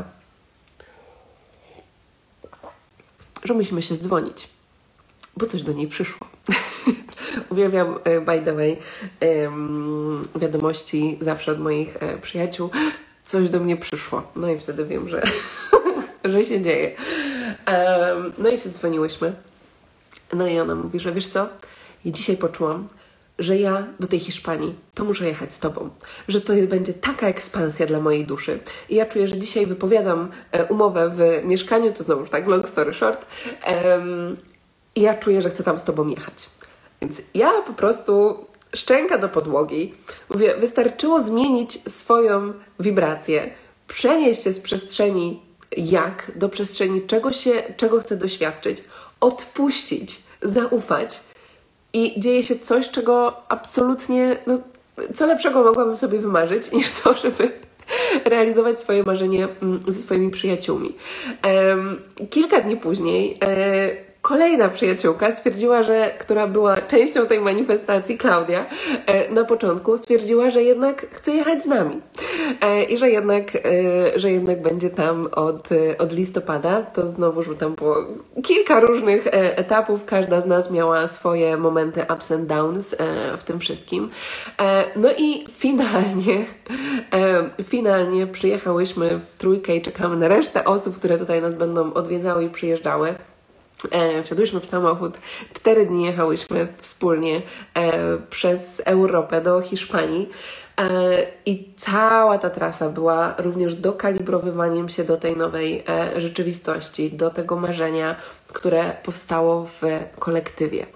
Speaker 1: że musimy się zdzwonić, bo coś do niej przyszło. Uwielbiam, by the way, um, wiadomości zawsze od moich e, przyjaciół. Coś do mnie przyszło. No i wtedy wiem, że, że się dzieje. Um, no i się dzwoniłyśmy. No i ona mówi, że wiesz co, ja dzisiaj poczułam, że ja do tej Hiszpanii to muszę jechać z Tobą, że to będzie taka ekspansja dla mojej duszy. I ja czuję, że dzisiaj wypowiadam e, umowę w mieszkaniu, to znowu tak long story short, em, i ja czuję, że chcę tam z Tobą jechać. Więc ja po prostu szczęka do podłogi, mówię, wystarczyło zmienić swoją wibrację, przenieść się z przestrzeni jak do przestrzeni czego się, czego chcę doświadczyć, odpuścić, zaufać. I dzieje się coś, czego absolutnie, no, co lepszego mogłabym sobie wymarzyć, niż to, żeby realizować swoje marzenie ze swoimi przyjaciółmi. Um, kilka dni później e, kolejna przyjaciółka stwierdziła, że, która była częścią tej manifestacji, Klaudia, e, na początku stwierdziła, że jednak chce jechać z nami e, i że jednak, e, że jednak będzie tam od, e, od listopada. To znowu tam było kilka różnych e, etapów, każda z nas miała swoje momenty ups and downs e, w tym wszystkim. E, no i finalnie, e, finalnie przyjechałyśmy w trójkę i czekamy na resztę osób, które tutaj nas będą odwiedzały i przyjeżdżały. E, wsiadłyśmy w samochód, cztery dni jechałyśmy wspólnie e, przez Europę do Hiszpanii e, i cała ta trasa była również dokalibrowywaniem się do tej nowej e, rzeczywistości, do tego marzenia, które powstało w kolektywie.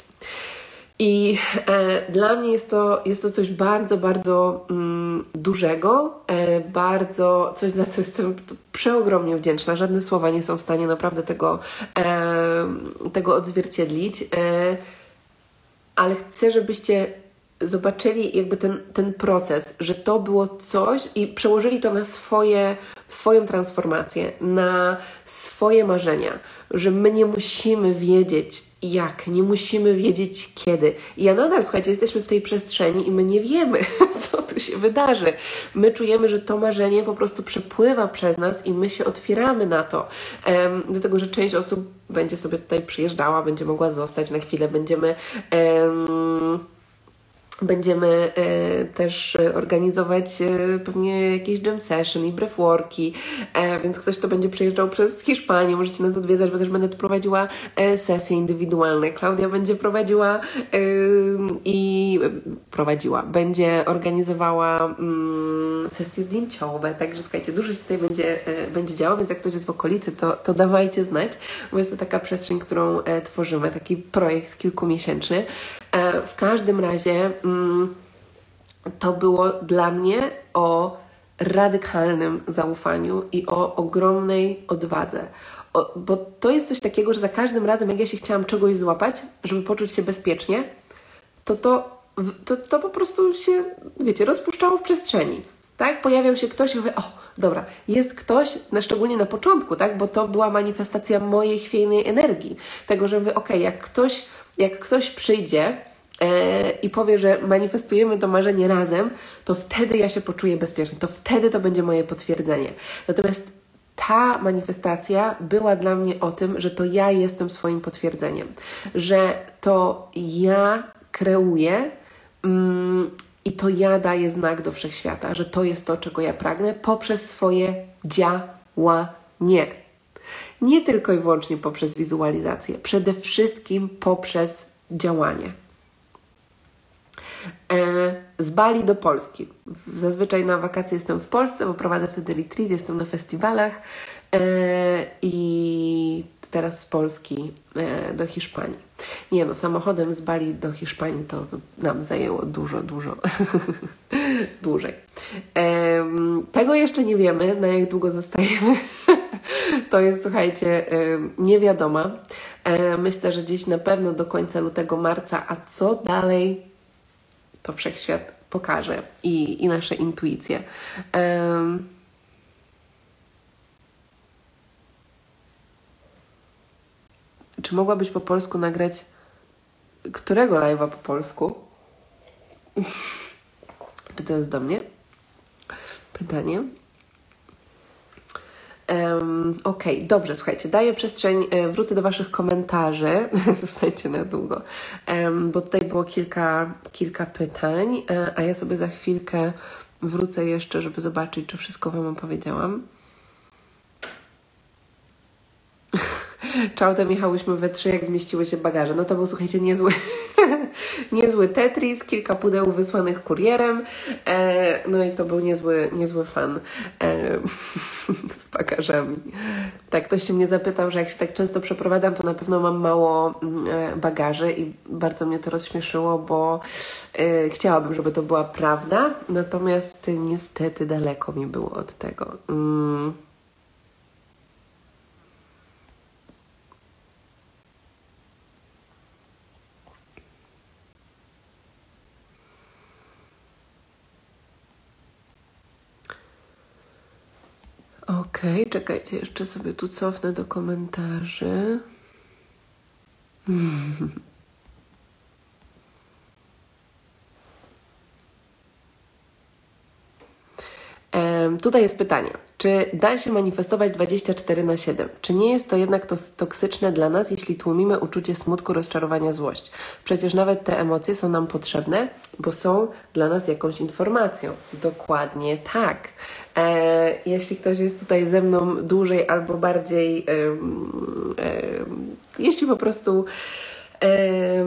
Speaker 1: I e, dla mnie jest to, jest to coś bardzo, bardzo mm, dużego, e, bardzo coś, za co jestem przeogromnie wdzięczna. Żadne słowa nie są w stanie naprawdę tego, e, tego odzwierciedlić, e, ale chcę, żebyście zobaczyli jakby ten, ten proces, że to było coś i przełożyli to na swoje, swoją transformację, na swoje marzenia, że my nie musimy wiedzieć jak, nie musimy wiedzieć kiedy. I ja nadal, słuchajcie, jesteśmy w tej przestrzeni i my nie wiemy, co tu się wydarzy. My czujemy, że to marzenie po prostu przepływa przez nas i my się otwieramy na to. Um, dlatego, że część osób będzie sobie tutaj przyjeżdżała, będzie mogła zostać na chwilę, będziemy... Um, Będziemy e, też organizować e, pewnie jakieś jam session i breathworki, e, więc ktoś, kto będzie przyjeżdżał przez Hiszpanię, możecie nas odwiedzać, bo też będę tu prowadziła e, sesje indywidualne. Klaudia będzie prowadziła e, i prowadziła, będzie organizowała mm, sesje zdjęciowe, także słuchajcie, dużo się tutaj będzie, e, będzie działo, więc jak ktoś jest w okolicy, to, to dawajcie znać, bo jest to taka przestrzeń, którą e, tworzymy, taki projekt kilkumiesięczny. E, w każdym razie to było dla mnie o radykalnym zaufaniu i o ogromnej odwadze. O, bo to jest coś takiego, że za każdym razem, jak ja się chciałam czegoś złapać, żeby poczuć się bezpiecznie, to to, to, to po prostu się, wiecie, rozpuszczało w przestrzeni. Tak? Pojawiał się ktoś i mówię, o, dobra, jest ktoś, na, szczególnie na początku, tak? Bo to była manifestacja mojej chwiejnej energii. Tego, że mówię, okej, jak ktoś, jak ktoś przyjdzie i powie, że manifestujemy to marzenie razem, to wtedy ja się poczuję bezpiecznie, to wtedy to będzie moje potwierdzenie. Natomiast ta manifestacja była dla mnie o tym, że to ja jestem swoim potwierdzeniem, że to ja kreuję mm, i to ja daję znak do wszechświata, że to jest to, czego ja pragnę poprzez swoje działanie. Nie tylko i wyłącznie poprzez wizualizację, przede wszystkim poprzez działanie. Z Bali do Polski. Zazwyczaj na wakacje jestem w Polsce, bo prowadzę wtedy retreat, jestem na festiwalach i teraz z Polski do Hiszpanii. Nie no, samochodem z Bali do Hiszpanii to nam zajęło dużo, dużo dłużej. Tego jeszcze nie wiemy, na jak długo zostajemy. To jest, słuchajcie, nie wiadoma. Myślę, że gdzieś na pewno do końca lutego, marca, a co dalej, to wszechświat pokaże i, i nasze intuicje. Um, czy mogłabyś po polsku nagrać którego live'a po polsku? Czy to jest do mnie? Pytanie. Um, Okej, okay, dobrze, słuchajcie, daję przestrzeń, e, wrócę do Waszych komentarzy, zostańcie na długo, um, bo tutaj było kilka, kilka pytań, e, a ja sobie za chwilkę wrócę jeszcze, żeby zobaczyć, czy wszystko Wam opowiedziałam. Czałtem jechałyśmy we trzy, jak zmieściły się bagaże. No to był, słuchajcie, niezły, niezły Tetris, kilka pudeł wysłanych kurierem. E, no i to był niezły, niezły fan e, z bagażami. Tak, ktoś się mnie zapytał, że jak się tak często przeprowadzam, to na pewno mam mało e, bagaży i bardzo mnie to rozśmieszyło, bo e, chciałabym, żeby to była prawda, natomiast e, niestety daleko mi było od tego. Mm. Okej, okay, czekajcie, jeszcze sobie tu cofnę do komentarzy. Tutaj jest pytanie, czy da się manifestować dwadzieścia cztery na siedem? Czy nie jest to jednak to toksyczne dla nas, jeśli tłumimy uczucie smutku, rozczarowania, złość? Przecież nawet te emocje są nam potrzebne, bo są dla nas jakąś informacją. Dokładnie tak. E, jeśli ktoś jest tutaj ze mną dłużej albo bardziej, e, e, jeśli po prostu e,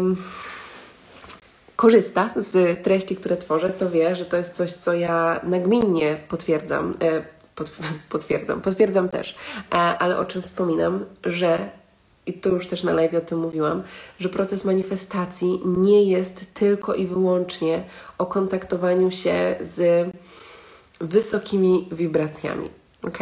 Speaker 1: korzysta z treści, które tworzę, to wie, że to jest coś, co ja nagminnie potwierdzam, e, pot, potwierdzam, potwierdzam też, e, ale o czym wspominam, że, i to już też na live o tym mówiłam, że proces manifestacji nie jest tylko i wyłącznie o kontaktowaniu się z wysokimi wibracjami, ok?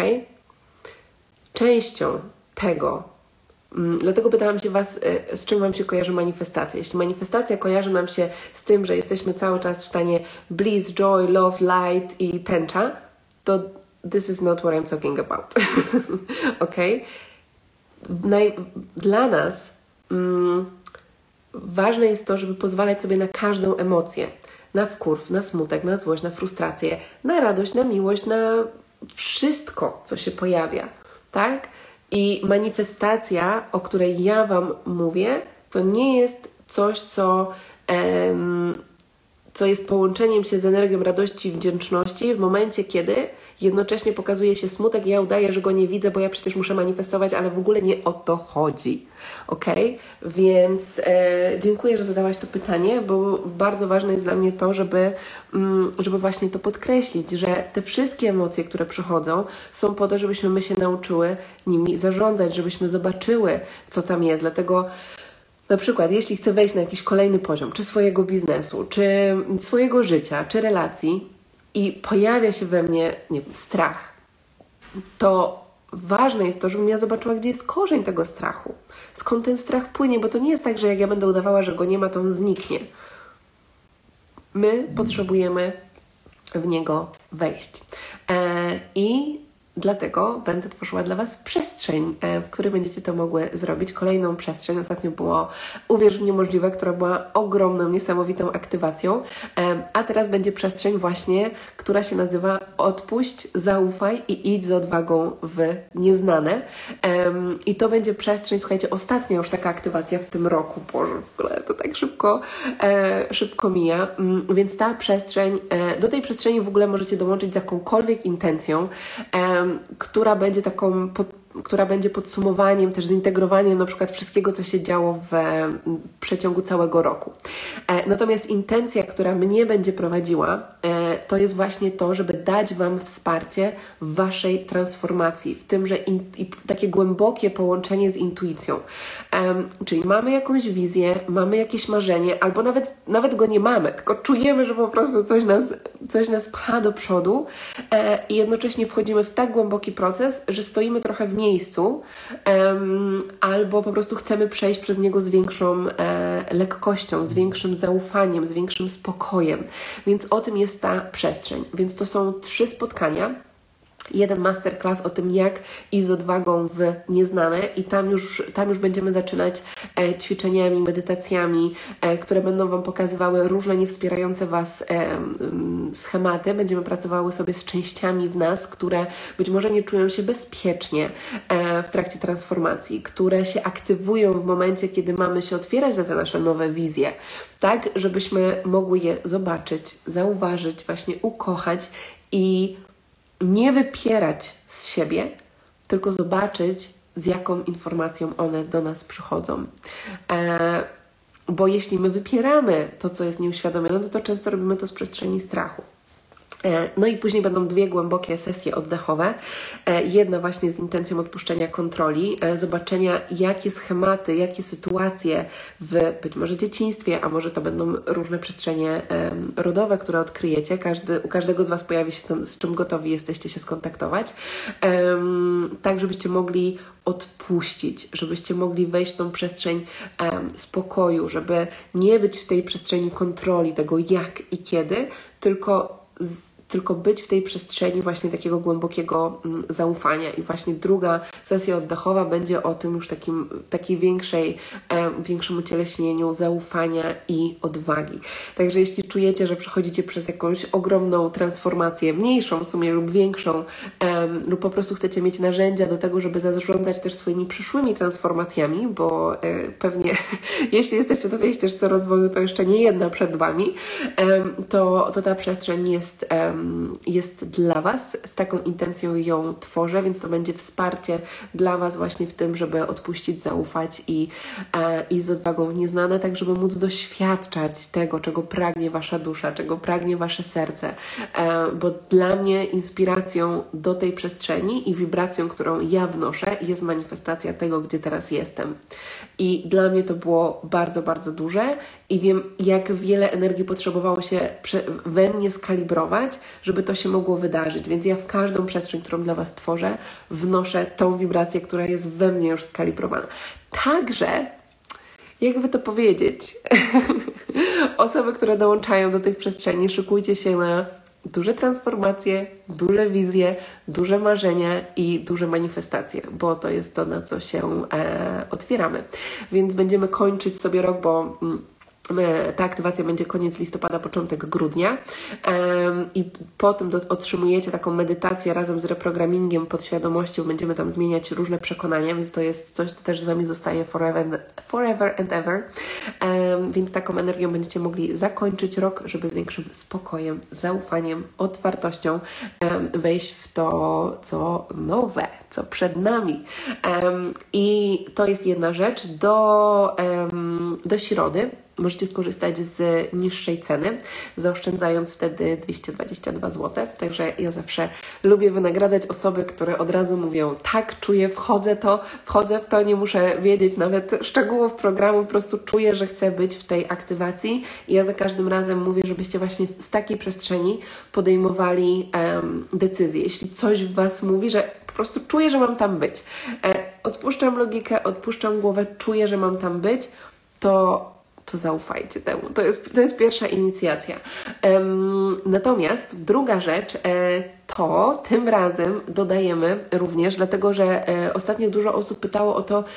Speaker 1: Częścią tego, dlatego pytałam się Was, z czym Wam się kojarzy manifestacja. Jeśli manifestacja kojarzy nam się z tym, że jesteśmy cały czas w stanie bliss, joy, love, light i tęcza, to this is not what I'm talking about. ok? Naj- Dla nas mm, ważne jest to, żeby pozwalać sobie na każdą emocję. Na wkurw, na smutek, na złość, na frustrację, na radość, na miłość, na wszystko, co się pojawia. Tak? I manifestacja, o której ja Wam mówię, to nie jest coś, co, em, co jest połączeniem się z energią radości i wdzięczności w momencie, kiedy jednocześnie pokazuje się smutek i ja udaję, że go nie widzę, bo ja przecież muszę manifestować, ale w ogóle nie o to chodzi. Ok? Więc e, dziękuję, że zadałaś to pytanie, bo bardzo ważne jest dla mnie to, żeby, mm, żeby właśnie to podkreślić, że te wszystkie emocje, które przychodzą, są po to, żebyśmy my się nauczyły nimi zarządzać, żebyśmy zobaczyły, co tam jest. Dlatego na przykład, jeśli chcę wejść na jakiś kolejny poziom, czy swojego biznesu, czy swojego życia, czy relacji, i pojawia się we mnie, nie wiem, strach, to ważne jest to, żebym ja zobaczyła, gdzie jest korzeń tego strachu. Skąd ten strach płynie, bo to nie jest tak, że jak ja będę udawała, że go nie ma, to on zniknie. My potrzebujemy w niego wejść. E, I dlatego będę tworzyła dla Was przestrzeń, e, w której będziecie to mogły zrobić. Kolejną przestrzeń, ostatnio było Uwierz w niemożliwe, która była ogromną, niesamowitą aktywacją, e, a teraz będzie przestrzeń właśnie, która się nazywa Odpuść, zaufaj i idź z odwagą w nieznane. E, I to będzie przestrzeń, słuchajcie, ostatnia już taka aktywacja w tym roku, Boże, w ogóle to tak szybko, e, szybko mija, mm, więc ta przestrzeń, e, do tej przestrzeni w ogóle możecie dołączyć z jakąkolwiek intencją, e, która będzie taką, pod, która będzie podsumowaniem, też zintegrowaniem na przykład wszystkiego, co się działo w, w przeciągu całego roku. E, natomiast intencja, która mnie będzie prowadziła, e, to jest właśnie to, żeby dać Wam wsparcie w Waszej transformacji, w tym, że in, i takie głębokie połączenie z intuicją. E, czyli mamy jakąś wizję, mamy jakieś marzenie, albo nawet, nawet go nie mamy, tylko czujemy, że po prostu coś nas, coś nas pcha do przodu e, i jednocześnie wchodzimy w tak głęboki proces, że stoimy trochę w miejscu, um, albo po prostu chcemy przejść przez niego z większą e, lekkością, z większym zaufaniem, z większym spokojem. Więc o tym jest ta przestrzeń. Więc to są trzy spotkania. Jeden masterclass o tym, jak iść z odwagą w nieznane i tam już, tam już będziemy zaczynać e, ćwiczeniami, medytacjami, e, które będą Wam pokazywały różne niewspierające Was e, m, schematy. Będziemy pracowały sobie z częściami w nas, które być może nie czują się bezpiecznie e, w trakcie transformacji, które się aktywują w momencie, kiedy mamy się otwierać na te nasze nowe wizje, tak, żebyśmy mogły je zobaczyć, zauważyć, właśnie ukochać i nie wypierać z siebie, tylko zobaczyć, z jaką informacją one do nas przychodzą. E, bo jeśli my wypieramy to, co jest nieuświadomione, to, to często robimy to z przestrzeni strachu. No i później będą dwie głębokie sesje oddechowe. Jedna właśnie z intencją odpuszczenia kontroli, zobaczenia, jakie schematy, jakie sytuacje w być może dzieciństwie, a może to będą różne przestrzenie rodowe, które odkryjecie. Każdy, u każdego z Was pojawi się to, z czym gotowi jesteście się skontaktować. Tak, żebyście mogli odpuścić, żebyście mogli wejść w tą przestrzeń spokoju, żeby nie być w tej przestrzeni kontroli, tego jak i kiedy, tylko z tylko być w tej przestrzeni właśnie takiego głębokiego mm, zaufania. I właśnie druga sesja oddechowa będzie o tym już takim, takiej większej, e, większym ucieleśnieniu zaufania i odwagi. Także jeśli czujecie, że przechodzicie przez jakąś ogromną transformację, mniejszą w sumie lub większą, e, lub po prostu chcecie mieć narzędzia do tego, żeby zarządzać też swoimi przyszłymi transformacjami, bo e, pewnie jeśli jesteście na tej ścieżce rozwoju, to jeszcze nie jedna przed Wami, e, to, to ta przestrzeń jest, e, jest dla Was. Z taką intencją ją tworzę, więc to będzie wsparcie dla Was właśnie w tym, żeby odpuścić, zaufać i, e, i z odwagą w nieznane, tak żeby móc doświadczać tego, czego pragnie Wasza dusza, czego pragnie Wasze serce, e, bo dla mnie inspiracją do tej przestrzeni i wibracją, którą ja wnoszę, jest manifestacja tego, gdzie teraz jestem. I dla mnie to było bardzo, bardzo duże i wiem, jak wiele energii potrzebowało się we mnie skalibrować, żeby to się mogło wydarzyć. Więc ja w każdą przestrzeń, którą dla Was tworzę, wnoszę tą wibrację, która jest we mnie już skalibrowana. Także, jakby to powiedzieć, osoby, które dołączają do tych przestrzeni, szykujcie się na duże transformacje, duże wizje, duże marzenia i duże manifestacje, bo to jest to, na co się e, otwieramy. Więc będziemy kończyć sobie rok, bo mm, ta aktywacja będzie koniec listopada, początek grudnia um, i potem do, otrzymujecie taką medytację razem z reprogramingiem podświadomością. Będziemy tam zmieniać różne przekonania, więc to jest coś, co też z Wami zostaje forever, forever and ever. Um, więc taką energią będziecie mogli zakończyć rok, żeby z większym spokojem, zaufaniem, otwartością um, wejść w to, co nowe, co przed nami. Um, I to jest jedna rzecz. Do, um, do środy możecie skorzystać z niższej ceny, zaoszczędzając wtedy dwieście dwadzieścia dwa złote. Także ja zawsze lubię wynagradzać osoby, które od razu mówią: tak, czuję, wchodzę to, wchodzę w to, nie muszę wiedzieć nawet szczegółów programu, po prostu czuję, że chcę być w tej aktywacji. I ja za każdym razem mówię, żebyście właśnie z takiej przestrzeni podejmowali um, decyzje. Jeśli coś w Was mówi, że po prostu czuję, że mam tam być, e, odpuszczam logikę, odpuszczam głowę, czuję, że mam tam być, to to zaufajcie temu. To jest, to jest pierwsza inicjacja. Um, natomiast druga rzecz, e, to tym razem dodajemy również, dlatego że e, ostatnio dużo osób pytało o to,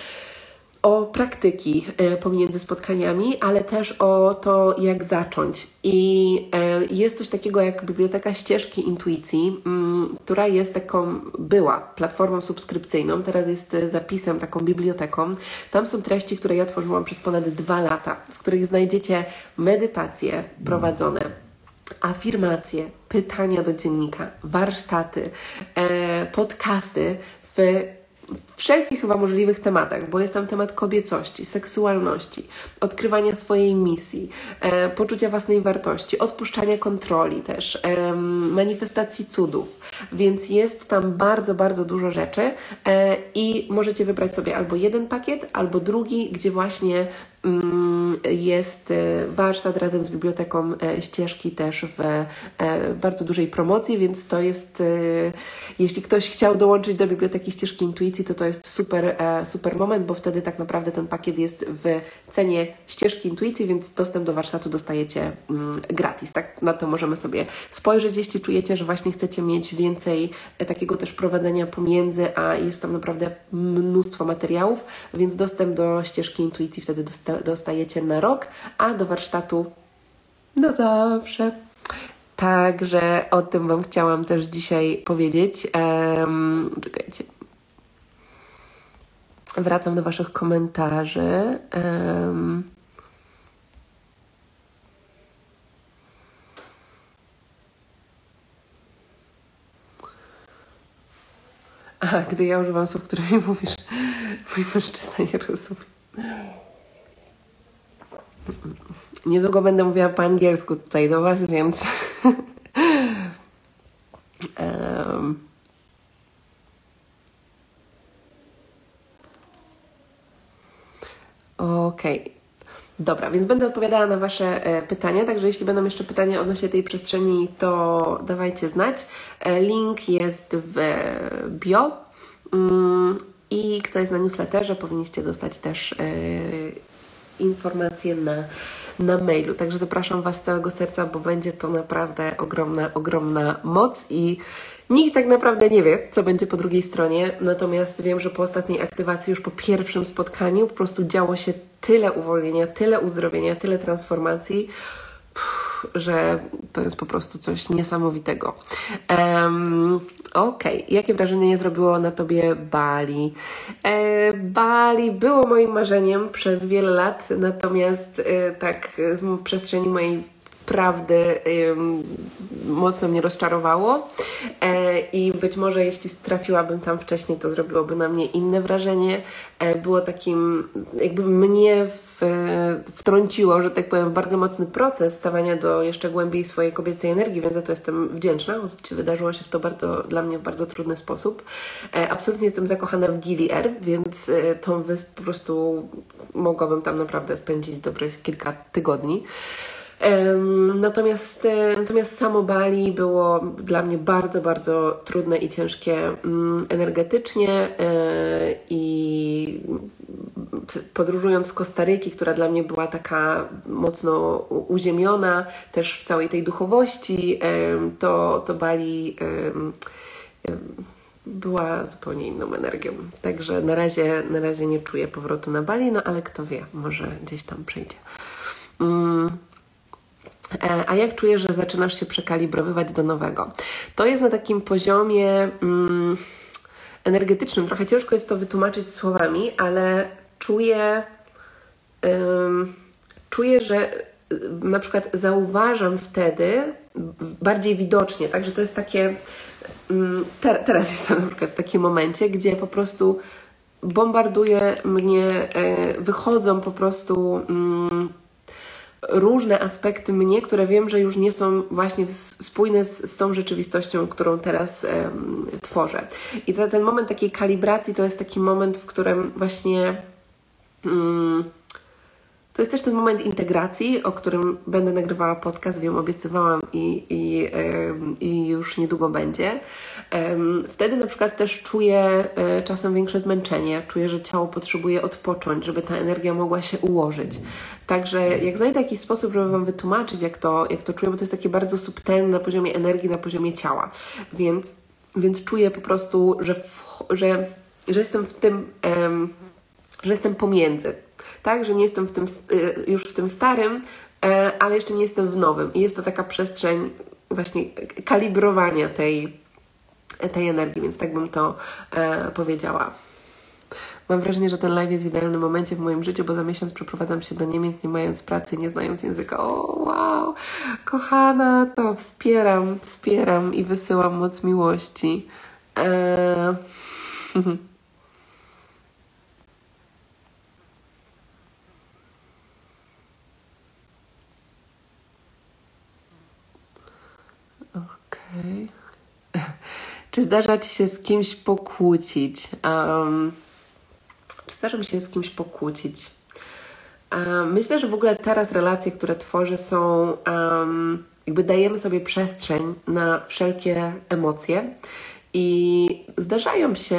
Speaker 1: o praktyki e, pomiędzy spotkaniami, ale też o to, jak zacząć. I e, jest coś takiego jak Biblioteka Ścieżki Intuicji, m, która jest taką, była platformą subskrypcyjną, teraz jest zapisem, taką biblioteką. Tam są treści, które ja tworzyłam przez ponad dwa lata, w których znajdziecie medytacje prowadzone, afirmacje, pytania do dziennika, warsztaty, e, podcasty w wszelkich chyba możliwych tematach, bo jest tam temat kobiecości, seksualności, odkrywania swojej misji, e, poczucia własnej wartości, odpuszczania kontroli też, e, manifestacji cudów, więc jest tam bardzo, bardzo dużo rzeczy e, i możecie wybrać sobie albo jeden pakiet, albo drugi, gdzie właśnie mm, jest warsztat razem z biblioteką e, ścieżki też w e, bardzo dużej promocji, więc to jest, e, jeśli ktoś chciał dołączyć do Biblioteki Ścieżki Intuicji, to to jest super, e, super moment, bo wtedy tak naprawdę ten pakiet jest w cenie Ścieżki Intuicji, więc dostęp do warsztatu dostajecie mm, gratis. Tak na to możemy sobie spojrzeć, jeśli czujecie, że właśnie chcecie mieć więcej e, takiego też prowadzenia pomiędzy, a jest tam naprawdę mnóstwo materiałów, więc dostęp do Ścieżki Intuicji wtedy dosta dostajecie na rok, a do warsztatu na zawsze. Także o tym Wam chciałam też dzisiaj powiedzieć. Um, czekajcie. Wracam do Waszych komentarzy. Um, Aha, gdy ja używam słów, które mi mówisz, mój mężczyzna nie rozumie. Niedługo będę mówiła po angielsku tutaj do Was, więc um. Okej. Okay. Dobra, więc będę odpowiadała na Wasze e, pytania, także jeśli będą jeszcze pytania odnośnie tej przestrzeni, to dawajcie znać. E, link jest w bio mm, i kto jest na newsletterze, powinniście dostać też e, informacje na na mailu. Także zapraszam Was z całego serca, bo będzie to naprawdę ogromna, ogromna moc i nikt tak naprawdę nie wie, co będzie po drugiej stronie, natomiast wiem, że po ostatniej aktywacji, już po pierwszym spotkaniu po prostu działo się tyle uwolnienia, tyle uzdrowienia, tyle transformacji, pff, że to jest po prostu coś niesamowitego. Um, Okej, okay. Jakie wrażenie zrobiło na Tobie Bali? E, Bali było moim marzeniem przez wiele lat, natomiast e, tak z przestrzeni mojej prawdy ym, mocno mnie rozczarowało e, i być może jeśli trafiłabym tam wcześniej, to zrobiłoby na mnie inne wrażenie. E, było takim, jakby mnie w, wtrąciło, że tak powiem, w bardzo mocny proces stawania do jeszcze głębiej swojej kobiecej energii, więc za to jestem wdzięczna. Wydarzyło się w to bardzo, dla mnie w bardzo trudny sposób. E, absolutnie jestem zakochana w Gili Air, więc e, tą wyspę po prostu mogłabym tam naprawdę spędzić dobrych kilka tygodni. Natomiast, natomiast samo Bali było dla mnie bardzo, bardzo trudne i ciężkie energetycznie i podróżując z Kostaryki, która dla mnie była taka mocno uziemiona też w całej tej duchowości, to, to Bali była zupełnie inną energią. Także na razie, na razie nie czuję powrotu na Bali, no ale kto wie, może gdzieś tam przyjdzie. Mm. A jak czujesz, że zaczynasz się przekalibrowywać do nowego? To jest na takim poziomie mm, energetycznym. Trochę ciężko jest to wytłumaczyć słowami, ale czuję, ym, czuję, że y, na przykład zauważam wtedy bardziej widocznie, także to jest takie, ym, te, teraz jestem na przykład w takim momencie, gdzie po prostu bombarduje mnie, y, wychodzą po prostu mm, różne aspekty mnie, które wiem, że już nie są właśnie spójne z, z tą rzeczywistością, którą teraz um, tworzę. I to, ten moment takiej kalibracji to jest taki moment, w którym właśnie um, to jest też ten moment integracji, o którym będę nagrywała podcast, wiem, obiecywałam i, i, um, i już niedługo będzie. Um, wtedy na przykład też czuję um, czasem większe zmęczenie, czuję, że ciało potrzebuje odpocząć, żeby ta energia mogła się ułożyć. Także jak znajdę jakiś sposób, żeby Wam wytłumaczyć, jak to, jak to czuję, bo to jest takie bardzo subtelne na poziomie energii, na poziomie ciała. Więc, więc czuję po prostu, że, w, że, że jestem w tym, um, że jestem pomiędzy. Tak, że nie jestem w tym, już w tym starym, ale jeszcze nie jestem w nowym. I jest to taka przestrzeń właśnie kalibrowania tej, tej energii, więc tak bym to e, powiedziała. Mam wrażenie, że ten live jest w idealnym momencie w moim życiu, bo za miesiąc przeprowadzam się do Niemiec, nie mając pracy, nie znając języka. O, wow! Kochana, to wspieram, wspieram i wysyłam moc miłości. E... Okej. Okay. Czy zdarza Ci się z kimś pokłócić? Um, czy zdarza mi się z kimś pokłócić? Um, myślę, że w ogóle teraz relacje, które tworzę są, um, jakby dajemy sobie przestrzeń na wszelkie emocje i zdarzają się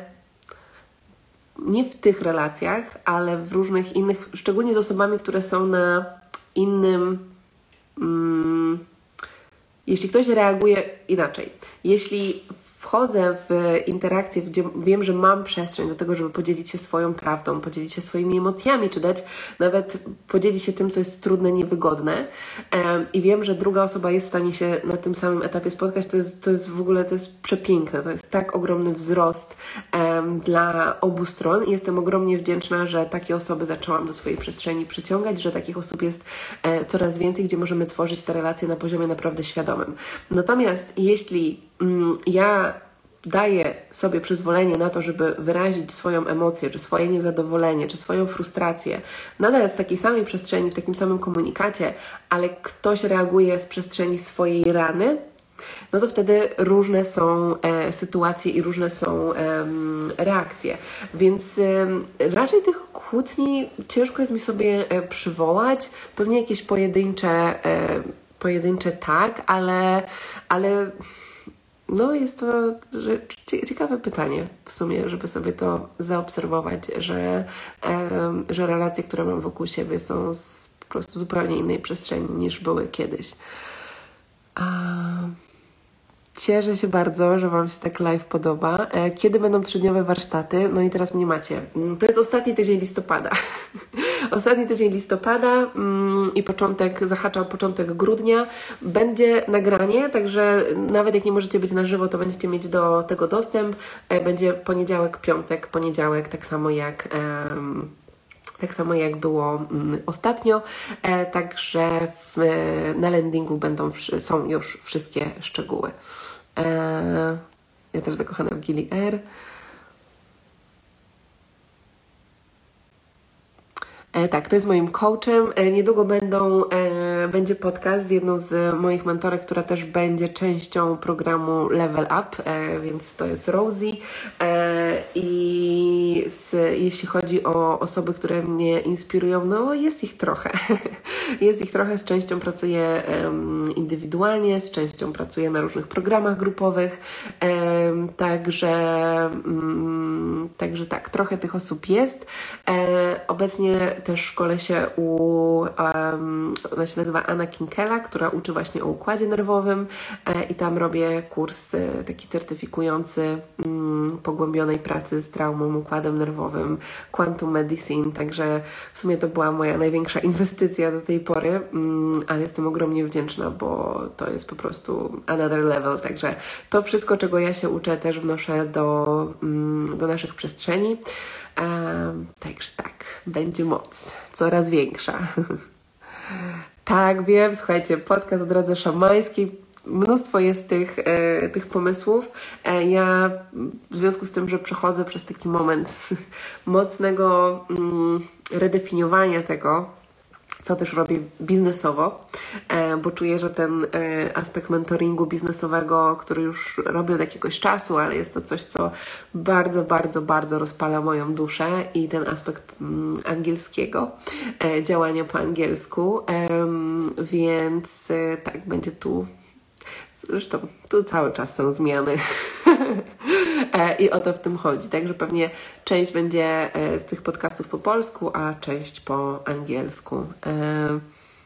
Speaker 1: nie w tych relacjach, ale w różnych innych, szczególnie z osobami, które są na innym... Um, Jeśli ktoś reaguje inaczej, jeśli wchodzę w interakcję, gdzie wiem, że mam przestrzeń do tego, żeby podzielić się swoją prawdą, podzielić się swoimi emocjami, czy dać nawet podzielić się tym, co jest trudne, niewygodne um, i wiem, że druga osoba jest w stanie się na tym samym etapie spotkać, to jest, to jest w ogóle, to jest przepiękne, to jest tak ogromny wzrost um, dla obu stron i jestem ogromnie wdzięczna, że takie osoby zaczęłam do swojej przestrzeni przyciągać, że takich osób jest e, coraz więcej, gdzie możemy tworzyć te relacje na poziomie naprawdę świadomym. Natomiast jeśli mm, ja daję sobie przyzwolenie na to, żeby wyrazić swoją emocję, czy swoje niezadowolenie, czy swoją frustrację, nadal z takiej samej przestrzeni, w takim samym komunikacie, ale ktoś reaguje z przestrzeni swojej rany, no to wtedy różne są e, sytuacje i różne są e, reakcje. Więc e, raczej tych kłótni ciężko jest mi sobie e, przywołać. Pewnie jakieś pojedyncze, e, pojedyncze tak, ale, ale no jest to ciekawe pytanie w sumie, żeby sobie to zaobserwować, że, e, że relacje, które mam wokół siebie są z po prostu zupełnie innej przestrzeni niż były kiedyś. A... Cieszę się bardzo, że Wam się tak live podoba. Kiedy będą trzydniowe warsztaty? No i teraz mnie macie. To jest ostatni tydzień listopada. Ostatni tydzień listopada mm, i początek, zahacza o początek grudnia. Będzie nagranie, także nawet jak nie możecie być na żywo, to będziecie mieć do tego dostęp. Będzie poniedziałek, piątek, poniedziałek, tak samo jak... Em, Tak samo jak było mm, ostatnio, e, także w, e, na landingu będą wszy- są już wszystkie szczegóły. E, ja też zakochana w Gili R. E, tak, to jest moim coachem. E, niedługo będą, e, będzie podcast z jedną z moich mentorek, która też będzie częścią programu Level Up, e, więc to jest Rosie. E, I z, jeśli chodzi o osoby, które mnie inspirują, no jest ich trochę. Jest ich trochę, z częścią pracuję um, indywidualnie, z częścią pracuję na różnych programach grupowych, um, także, um, także tak, trochę tych osób jest. E, obecnie też szkolę się u, um, ona się nazywa Anna Kinkela, która uczy właśnie o układzie nerwowym e, i tam robię kurs e, taki certyfikujący um, pogłębionej pracy z traumą, układem nerwowym, Quantum Medicine, także w sumie to była moja największa inwestycja do tej pory, um, ale jestem ogromnie wdzięczna, bo to jest po prostu another level, także to wszystko, czego ja się uczę, też wnoszę do, um, do naszych przestrzeni. Um, także tak, będzie moc coraz większa. Tak, wiem, słuchajcie, podcast o drodze szamańskiej, mnóstwo jest tych, e, tych pomysłów. E, ja w związku z tym, że przechodzę przez taki moment mocnego mm, redefiniowania tego, co też robię biznesowo, e, bo czuję, że ten e, aspekt mentoringu biznesowego, który już robię od jakiegoś czasu, ale jest to coś, co bardzo, bardzo, bardzo rozpala moją duszę i ten aspekt mm, angielskiego, e, działania po angielsku, e, więc e, tak, będzie tu. Zresztą tu cały czas są zmiany e, i o to w tym chodzi. Także pewnie część będzie e, z tych podcastów po polsku, a część po angielsku. E,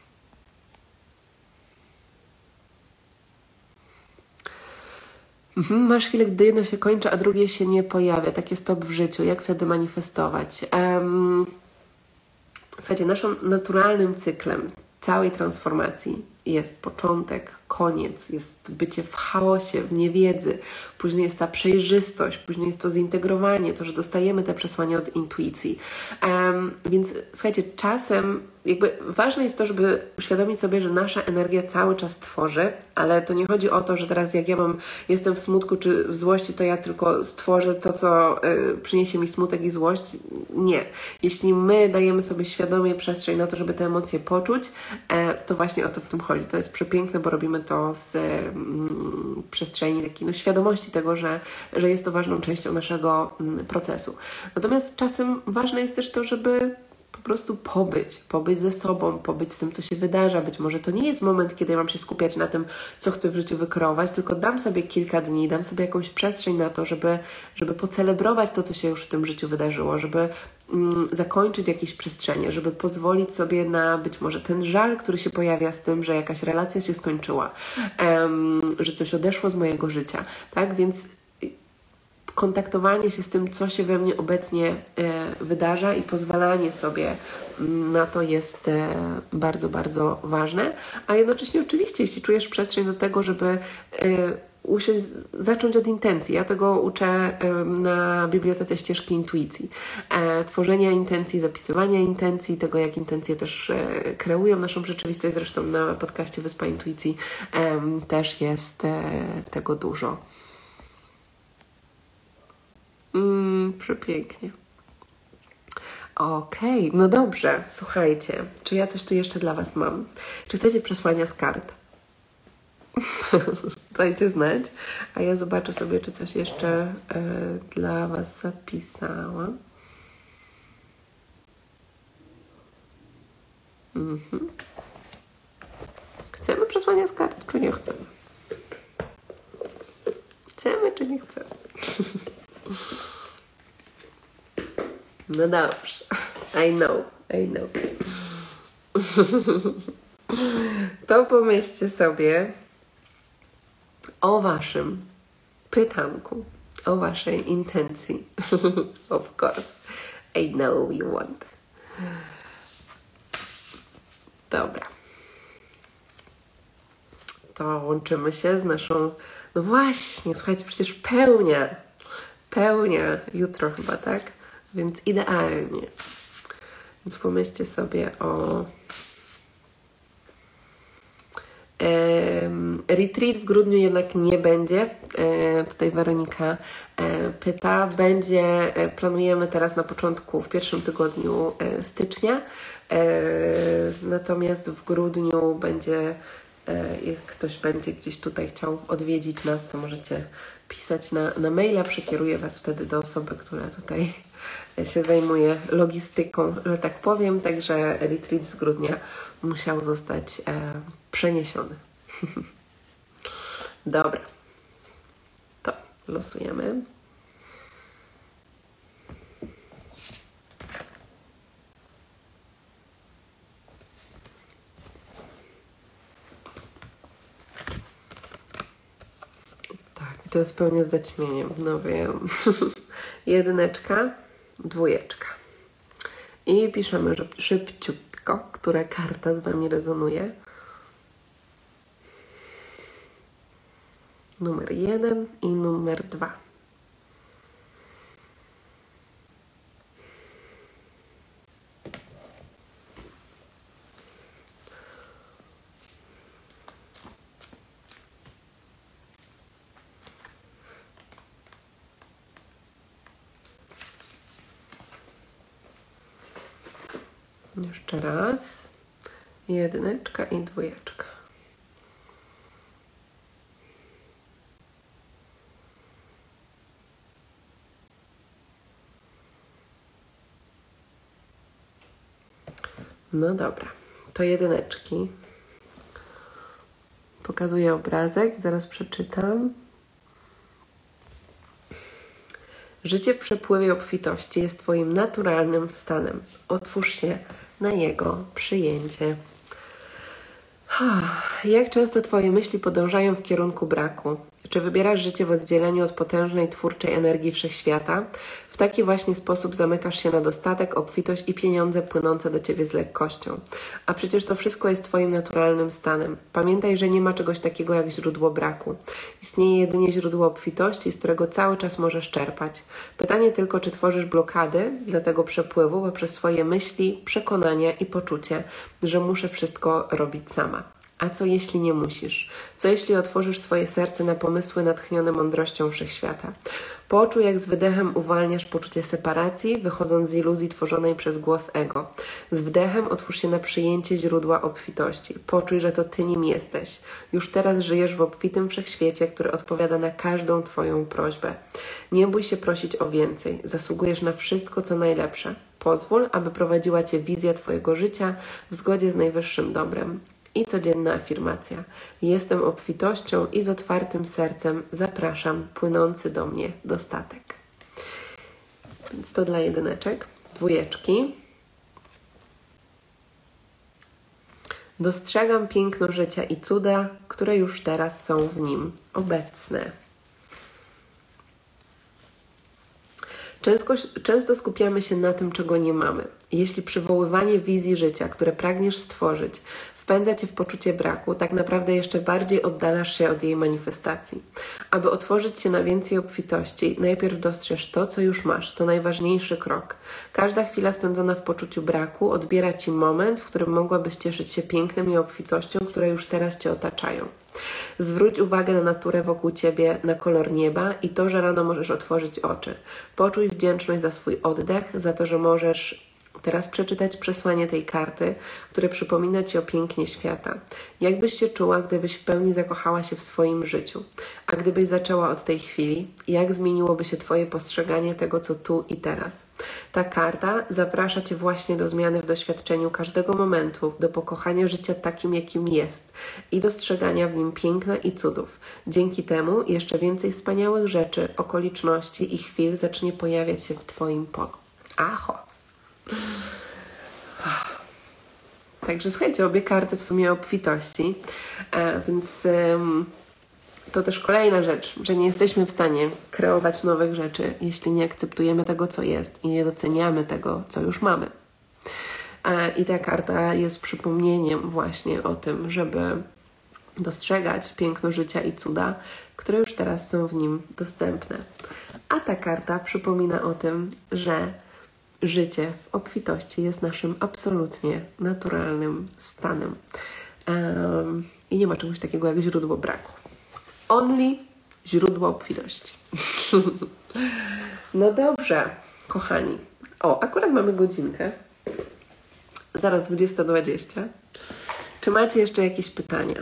Speaker 1: mhm, masz chwilę, gdy jedno się kończy, a drugie się nie pojawia. Takie stop w życiu. Jak wtedy manifestować? Um, słuchajcie, naszym naturalnym cyklem całej transformacji jest początek, koniec, jest bycie w chaosie, w niewiedzy, później jest ta przejrzystość, później jest to zintegrowanie, to, że dostajemy te przesłania od intuicji. Um, więc słuchajcie, czasem jakby ważne jest to, żeby uświadomić sobie, że nasza energia cały czas tworzy, ale to nie chodzi o to, że teraz jak ja mam, jestem w smutku czy w złości, to ja tylko stworzę to, co y, przyniesie mi smutek i złość. Nie. Jeśli my dajemy sobie świadomie przestrzeń na to, żeby te emocje poczuć, e, to właśnie o to w tym chodzi. To jest przepiękne, bo robimy to z mm, przestrzeni takiej no, świadomości tego, że, że jest to ważną częścią naszego mm, procesu. Natomiast czasem ważne jest też to, żeby po prostu pobyć, pobyć ze sobą, pobyć z tym, co się wydarza. Być może to nie jest moment, kiedy ja mam się skupiać na tym, co chcę w życiu wykreować, tylko dam sobie kilka dni, dam sobie jakąś przestrzeń na to, żeby, żeby pocelebrować to, co się już w tym życiu wydarzyło, żeby mm, zakończyć jakieś przestrzenie, żeby pozwolić sobie na być może ten żal, który się pojawia z tym, że jakaś relacja się skończyła, um, że coś odeszło z mojego życia, tak? Więc kontaktowanie się z tym, co się we mnie obecnie e, wydarza i pozwalanie sobie na to jest e, bardzo, bardzo ważne. A jednocześnie oczywiście, jeśli czujesz przestrzeń do tego, żeby e, usiąść, zacząć od intencji. Ja tego uczę e, na Bibliotece Ścieżki Intuicji. E, tworzenia intencji, zapisywania intencji, tego jak intencje też e, kreują naszą rzeczywistość. Zresztą na podcaście Wyspa Intuicji e, też jest e, tego dużo. Mm, przepięknie. Okej, okay, no dobrze, słuchajcie, czy ja coś tu jeszcze dla Was mam? Czy chcecie przesłania z kart? Dajcie znać, a ja zobaczę sobie, czy coś jeszcze y, dla Was zapisałam. Mhm. Chcemy przesłania z kart, czy nie chcemy? Chcemy, czy nie chcemy? No dobrze. I know, I know. to pomyślcie sobie o waszym pytanku, o waszej intencji. Of course, I know you want. Dobra. To łączymy się z naszą... No właśnie, słuchajcie, przecież pełnia. Pełnia jutro chyba, tak? Więc idealnie. Więc pomyślcie sobie o... Retreat w grudniu jednak nie będzie. E, tutaj Weronika e, pyta. Będzie, e, planujemy teraz na początku, w pierwszym tygodniu e, stycznia. E, natomiast w grudniu będzie, e, jak ktoś będzie gdzieś tutaj chciał odwiedzić nas, to możecie pisać na, na maila. Przekieruję Was wtedy do osoby, która tutaj się zajmuje logistyką, że tak powiem. Także retreat z grudnia musiał zostać e, przeniesiony. Dobra. To losujemy. Tak, i to jest pełnie z zaćmieniem. No wiem. Jedyneczka, dwójeczka. I piszemy szybciutko, która karta z Wami rezonuje. Numer jeden i numer dwa. Jeszcze raz. Jedyneczka i dwójeczka. No dobra, to jedyneczki. Pokazuję obrazek, zaraz przeczytam. Życie w przepływie obfitości jest Twoim naturalnym stanem. Otwórz się na jego przyjęcie. Jak często Twoje myśli podążają w kierunku braku? Czy wybierasz życie w oddzieleniu od potężnej twórczej energii wszechświata? W taki właśnie sposób zamykasz się na dostatek, obfitość i pieniądze płynące do Ciebie z lekkością. A przecież to wszystko jest Twoim naturalnym stanem. Pamiętaj, że nie ma czegoś takiego jak źródło braku. Istnieje jedynie źródło obfitości, z którego cały czas możesz czerpać. Pytanie tylko, czy tworzysz blokady dla tego przepływu poprzez swoje myśli, przekonania i poczucie, że muszę wszystko robić sama. A co jeśli nie musisz? Co jeśli otworzysz swoje serce na pomysły natchnione mądrością wszechświata? Poczuj, jak z wydechem uwalniasz poczucie separacji, wychodząc z iluzji tworzonej przez głos ego. Z wdechem otwórz się na przyjęcie źródła obfitości. Poczuj, że to Ty nim jesteś. Już teraz żyjesz w obfitym wszechświecie, który odpowiada na każdą Twoją prośbę. Nie bój się prosić o więcej. Zasługujesz na wszystko, co najlepsze. Pozwól, aby prowadziła Cię wizja Twojego życia w zgodzie z najwyższym dobrem. I codzienna afirmacja. Jestem obfitością i z otwartym sercem zapraszam płynący do mnie dostatek. Więc to dla jedyneczek. Dwójeczki. Dostrzegam piękno życia i cuda, które już teraz są w nim obecne. Często, często skupiamy się na tym, czego nie mamy. Jeśli przywoływanie wizji życia, które pragniesz stworzyć, wpędza Cię w poczucie braku, tak naprawdę jeszcze bardziej oddalasz się od jej manifestacji. Aby otworzyć się na więcej obfitości, najpierw dostrzeż to, co już masz. To najważniejszy krok. Każda chwila spędzona w poczuciu braku odbiera Ci moment, w którym mogłabyś cieszyć się pięknem i obfitością, które już teraz Cię otaczają. Zwróć uwagę na naturę wokół Ciebie, na kolor nieba i to, że rano możesz otworzyć oczy. Poczuj wdzięczność za swój oddech, za to, że możesz teraz przeczytać przesłanie tej karty, które przypomina Ci o pięknie świata. Jak byś się czuła, gdybyś w pełni zakochała się w swoim życiu? A gdybyś zaczęła od tej chwili, jak zmieniłoby się Twoje postrzeganie tego, co tu i teraz? Ta karta zaprasza Cię właśnie do zmiany w doświadczeniu każdego momentu, do pokochania życia takim, jakim jest i dostrzegania w nim piękna i cudów. Dzięki temu jeszcze więcej wspaniałych rzeczy, okoliczności i chwil zacznie pojawiać się w Twoim pokoju. Aho! Także słuchajcie, obie karty w sumie obfitości, e, więc ym, to też kolejna rzecz, że nie jesteśmy w stanie kreować nowych rzeczy, jeśli nie akceptujemy tego, co jest i nie doceniamy tego, co już mamy. E, I ta karta jest przypomnieniem właśnie o tym, żeby dostrzegać piękno życia i cuda, które już teraz są w nim dostępne. A ta karta przypomina o tym, że życie w obfitości jest naszym absolutnie naturalnym stanem. Um, I nie ma czegoś takiego jak źródło braku. Only źródło obfitości. No dobrze, kochani. O, akurat mamy godzinkę. Zaraz dwudziesta dwadzieścia. Czy macie jeszcze jakieś pytania?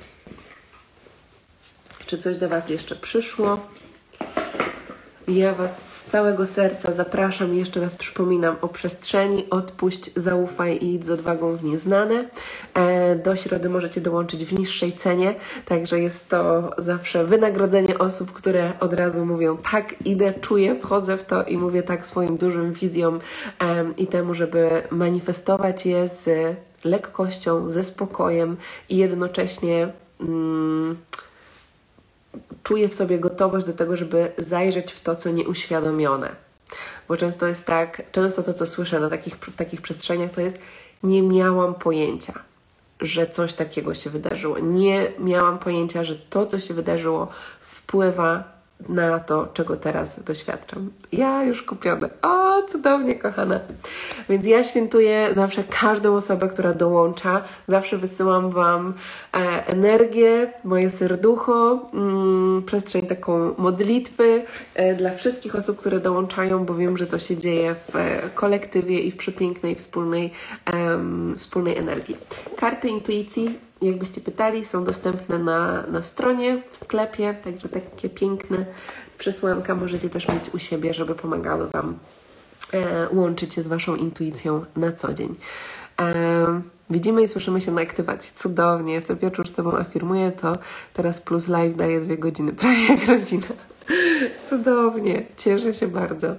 Speaker 1: Czy coś do Was jeszcze przyszło? Ja Was z całego serca zapraszam i jeszcze raz przypominam o przestrzeni. Odpuść, zaufaj i idź z odwagą w nieznane. E, do środy możecie dołączyć w niższej cenie, także jest to zawsze wynagrodzenie osób, które od razu mówią tak, idę, czuję, wchodzę w to i mówię tak swoim dużym wizjom e, i temu, żeby manifestować je z lekkością, ze spokojem i jednocześnie mm, czuję w sobie gotowość do tego, żeby zajrzeć w to, co nieuświadomione. Bo często jest tak, często to, co słyszę na takich, w takich przestrzeniach, to jest nie miałam pojęcia, że coś takiego się wydarzyło. Nie miałam pojęcia, że to, co się wydarzyło, wpływa na to, czego teraz doświadczam. Ja już kupione. O, cudownie, kochana. Więc ja świętuję zawsze każdą osobę, która dołącza. Zawsze wysyłam Wam e, energię, moje serducho, mm, przestrzeń taką modlitwy e, dla wszystkich osób, które dołączają, bo wiem, że to się dzieje w e, kolektywie i w przepięknej, wspólnej, e, wspólnej energii. Karty intuicji, jakbyście pytali, są dostępne na, na stronie, w sklepie, także takie piękne przesłanka możecie też mieć u siebie, żeby pomagały Wam e, łączyć się z Waszą intuicją na co dzień. E, widzimy i słyszymy się na aktywacji. Cudownie, co wieczór z Tobą afirmuję, to teraz plus live daje dwie godziny, prawie jak rodzina. Cudownie, cieszę się bardzo.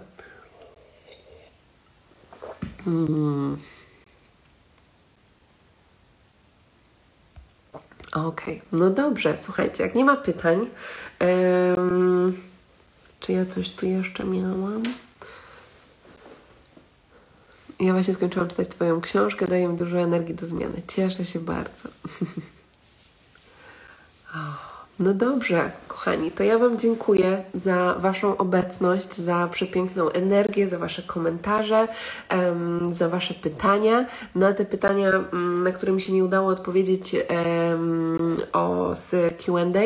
Speaker 1: Hmm. Okej, okay. No dobrze, słuchajcie, jak nie ma pytań, um, czy ja coś tu jeszcze miałam? Ja właśnie skończyłam czytać Twoją książkę, daje mi dużo energii do zmiany. Cieszę się bardzo. No dobrze, kochani, to ja Wam dziękuję za Waszą obecność, za przepiękną energię, za Wasze komentarze, um, za Wasze pytania. Na te pytania, um, na które mi się nie udało odpowiedzieć um, o z Q and A,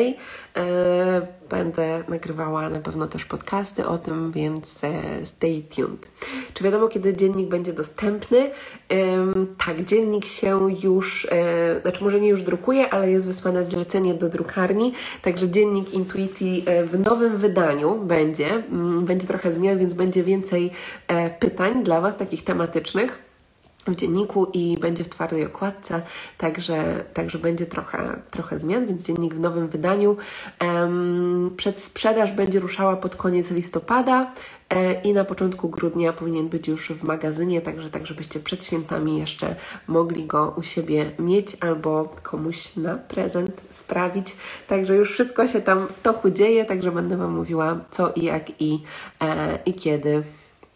Speaker 1: um, będę nagrywała na pewno też podcasty o tym, więc e, stay tuned. Czy wiadomo, kiedy dziennik będzie dostępny? Ym, tak, dziennik się już, e, znaczy może nie już drukuje, ale jest wysłane zlecenie do drukarni, także dziennik intuicji e, w nowym wydaniu będzie, mm, będzie trochę zmian, więc będzie więcej e, pytań dla Was, takich tematycznych w dzienniku i będzie w twardej okładce, także, także będzie trochę, trochę zmian, więc dziennik w nowym wydaniu. Um, przedsprzedaż będzie ruszała pod koniec listopada e, i na początku grudnia powinien być już w magazynie, także tak, żebyście przed świętami jeszcze mogli go u siebie mieć albo komuś na prezent sprawić. Także już wszystko się tam w toku dzieje, także będę Wam mówiła co i jak i, e, i kiedy.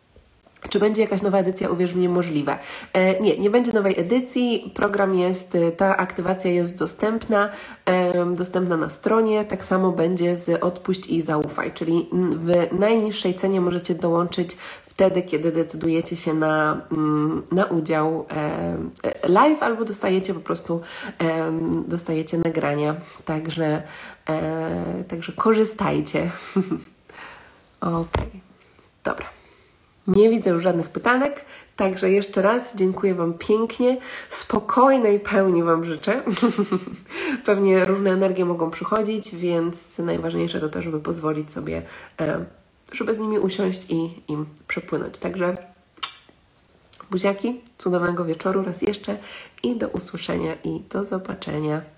Speaker 1: Czy będzie jakaś nowa edycja? Uwierz mnie, możliwe. E, nie, nie będzie nowej edycji. Program jest, ta aktywacja jest dostępna, e, dostępna na stronie. Tak samo będzie z Odpuść i Zaufaj, czyli w najniższej cenie możecie dołączyć wtedy, kiedy decydujecie się na, na udział e, live albo dostajecie po prostu e, dostajecie nagrania. Także, e, także korzystajcie. Okej, okay. Dobra. Nie widzę już żadnych pytanek, także jeszcze raz dziękuję Wam pięknie, spokojnej pełni Wam życzę. Pewnie różne energie mogą przychodzić, więc najważniejsze to to, żeby pozwolić sobie, żeby z nimi usiąść i im przepłynąć. Także buziaki, cudownego wieczoru raz jeszcze i do usłyszenia i do zobaczenia.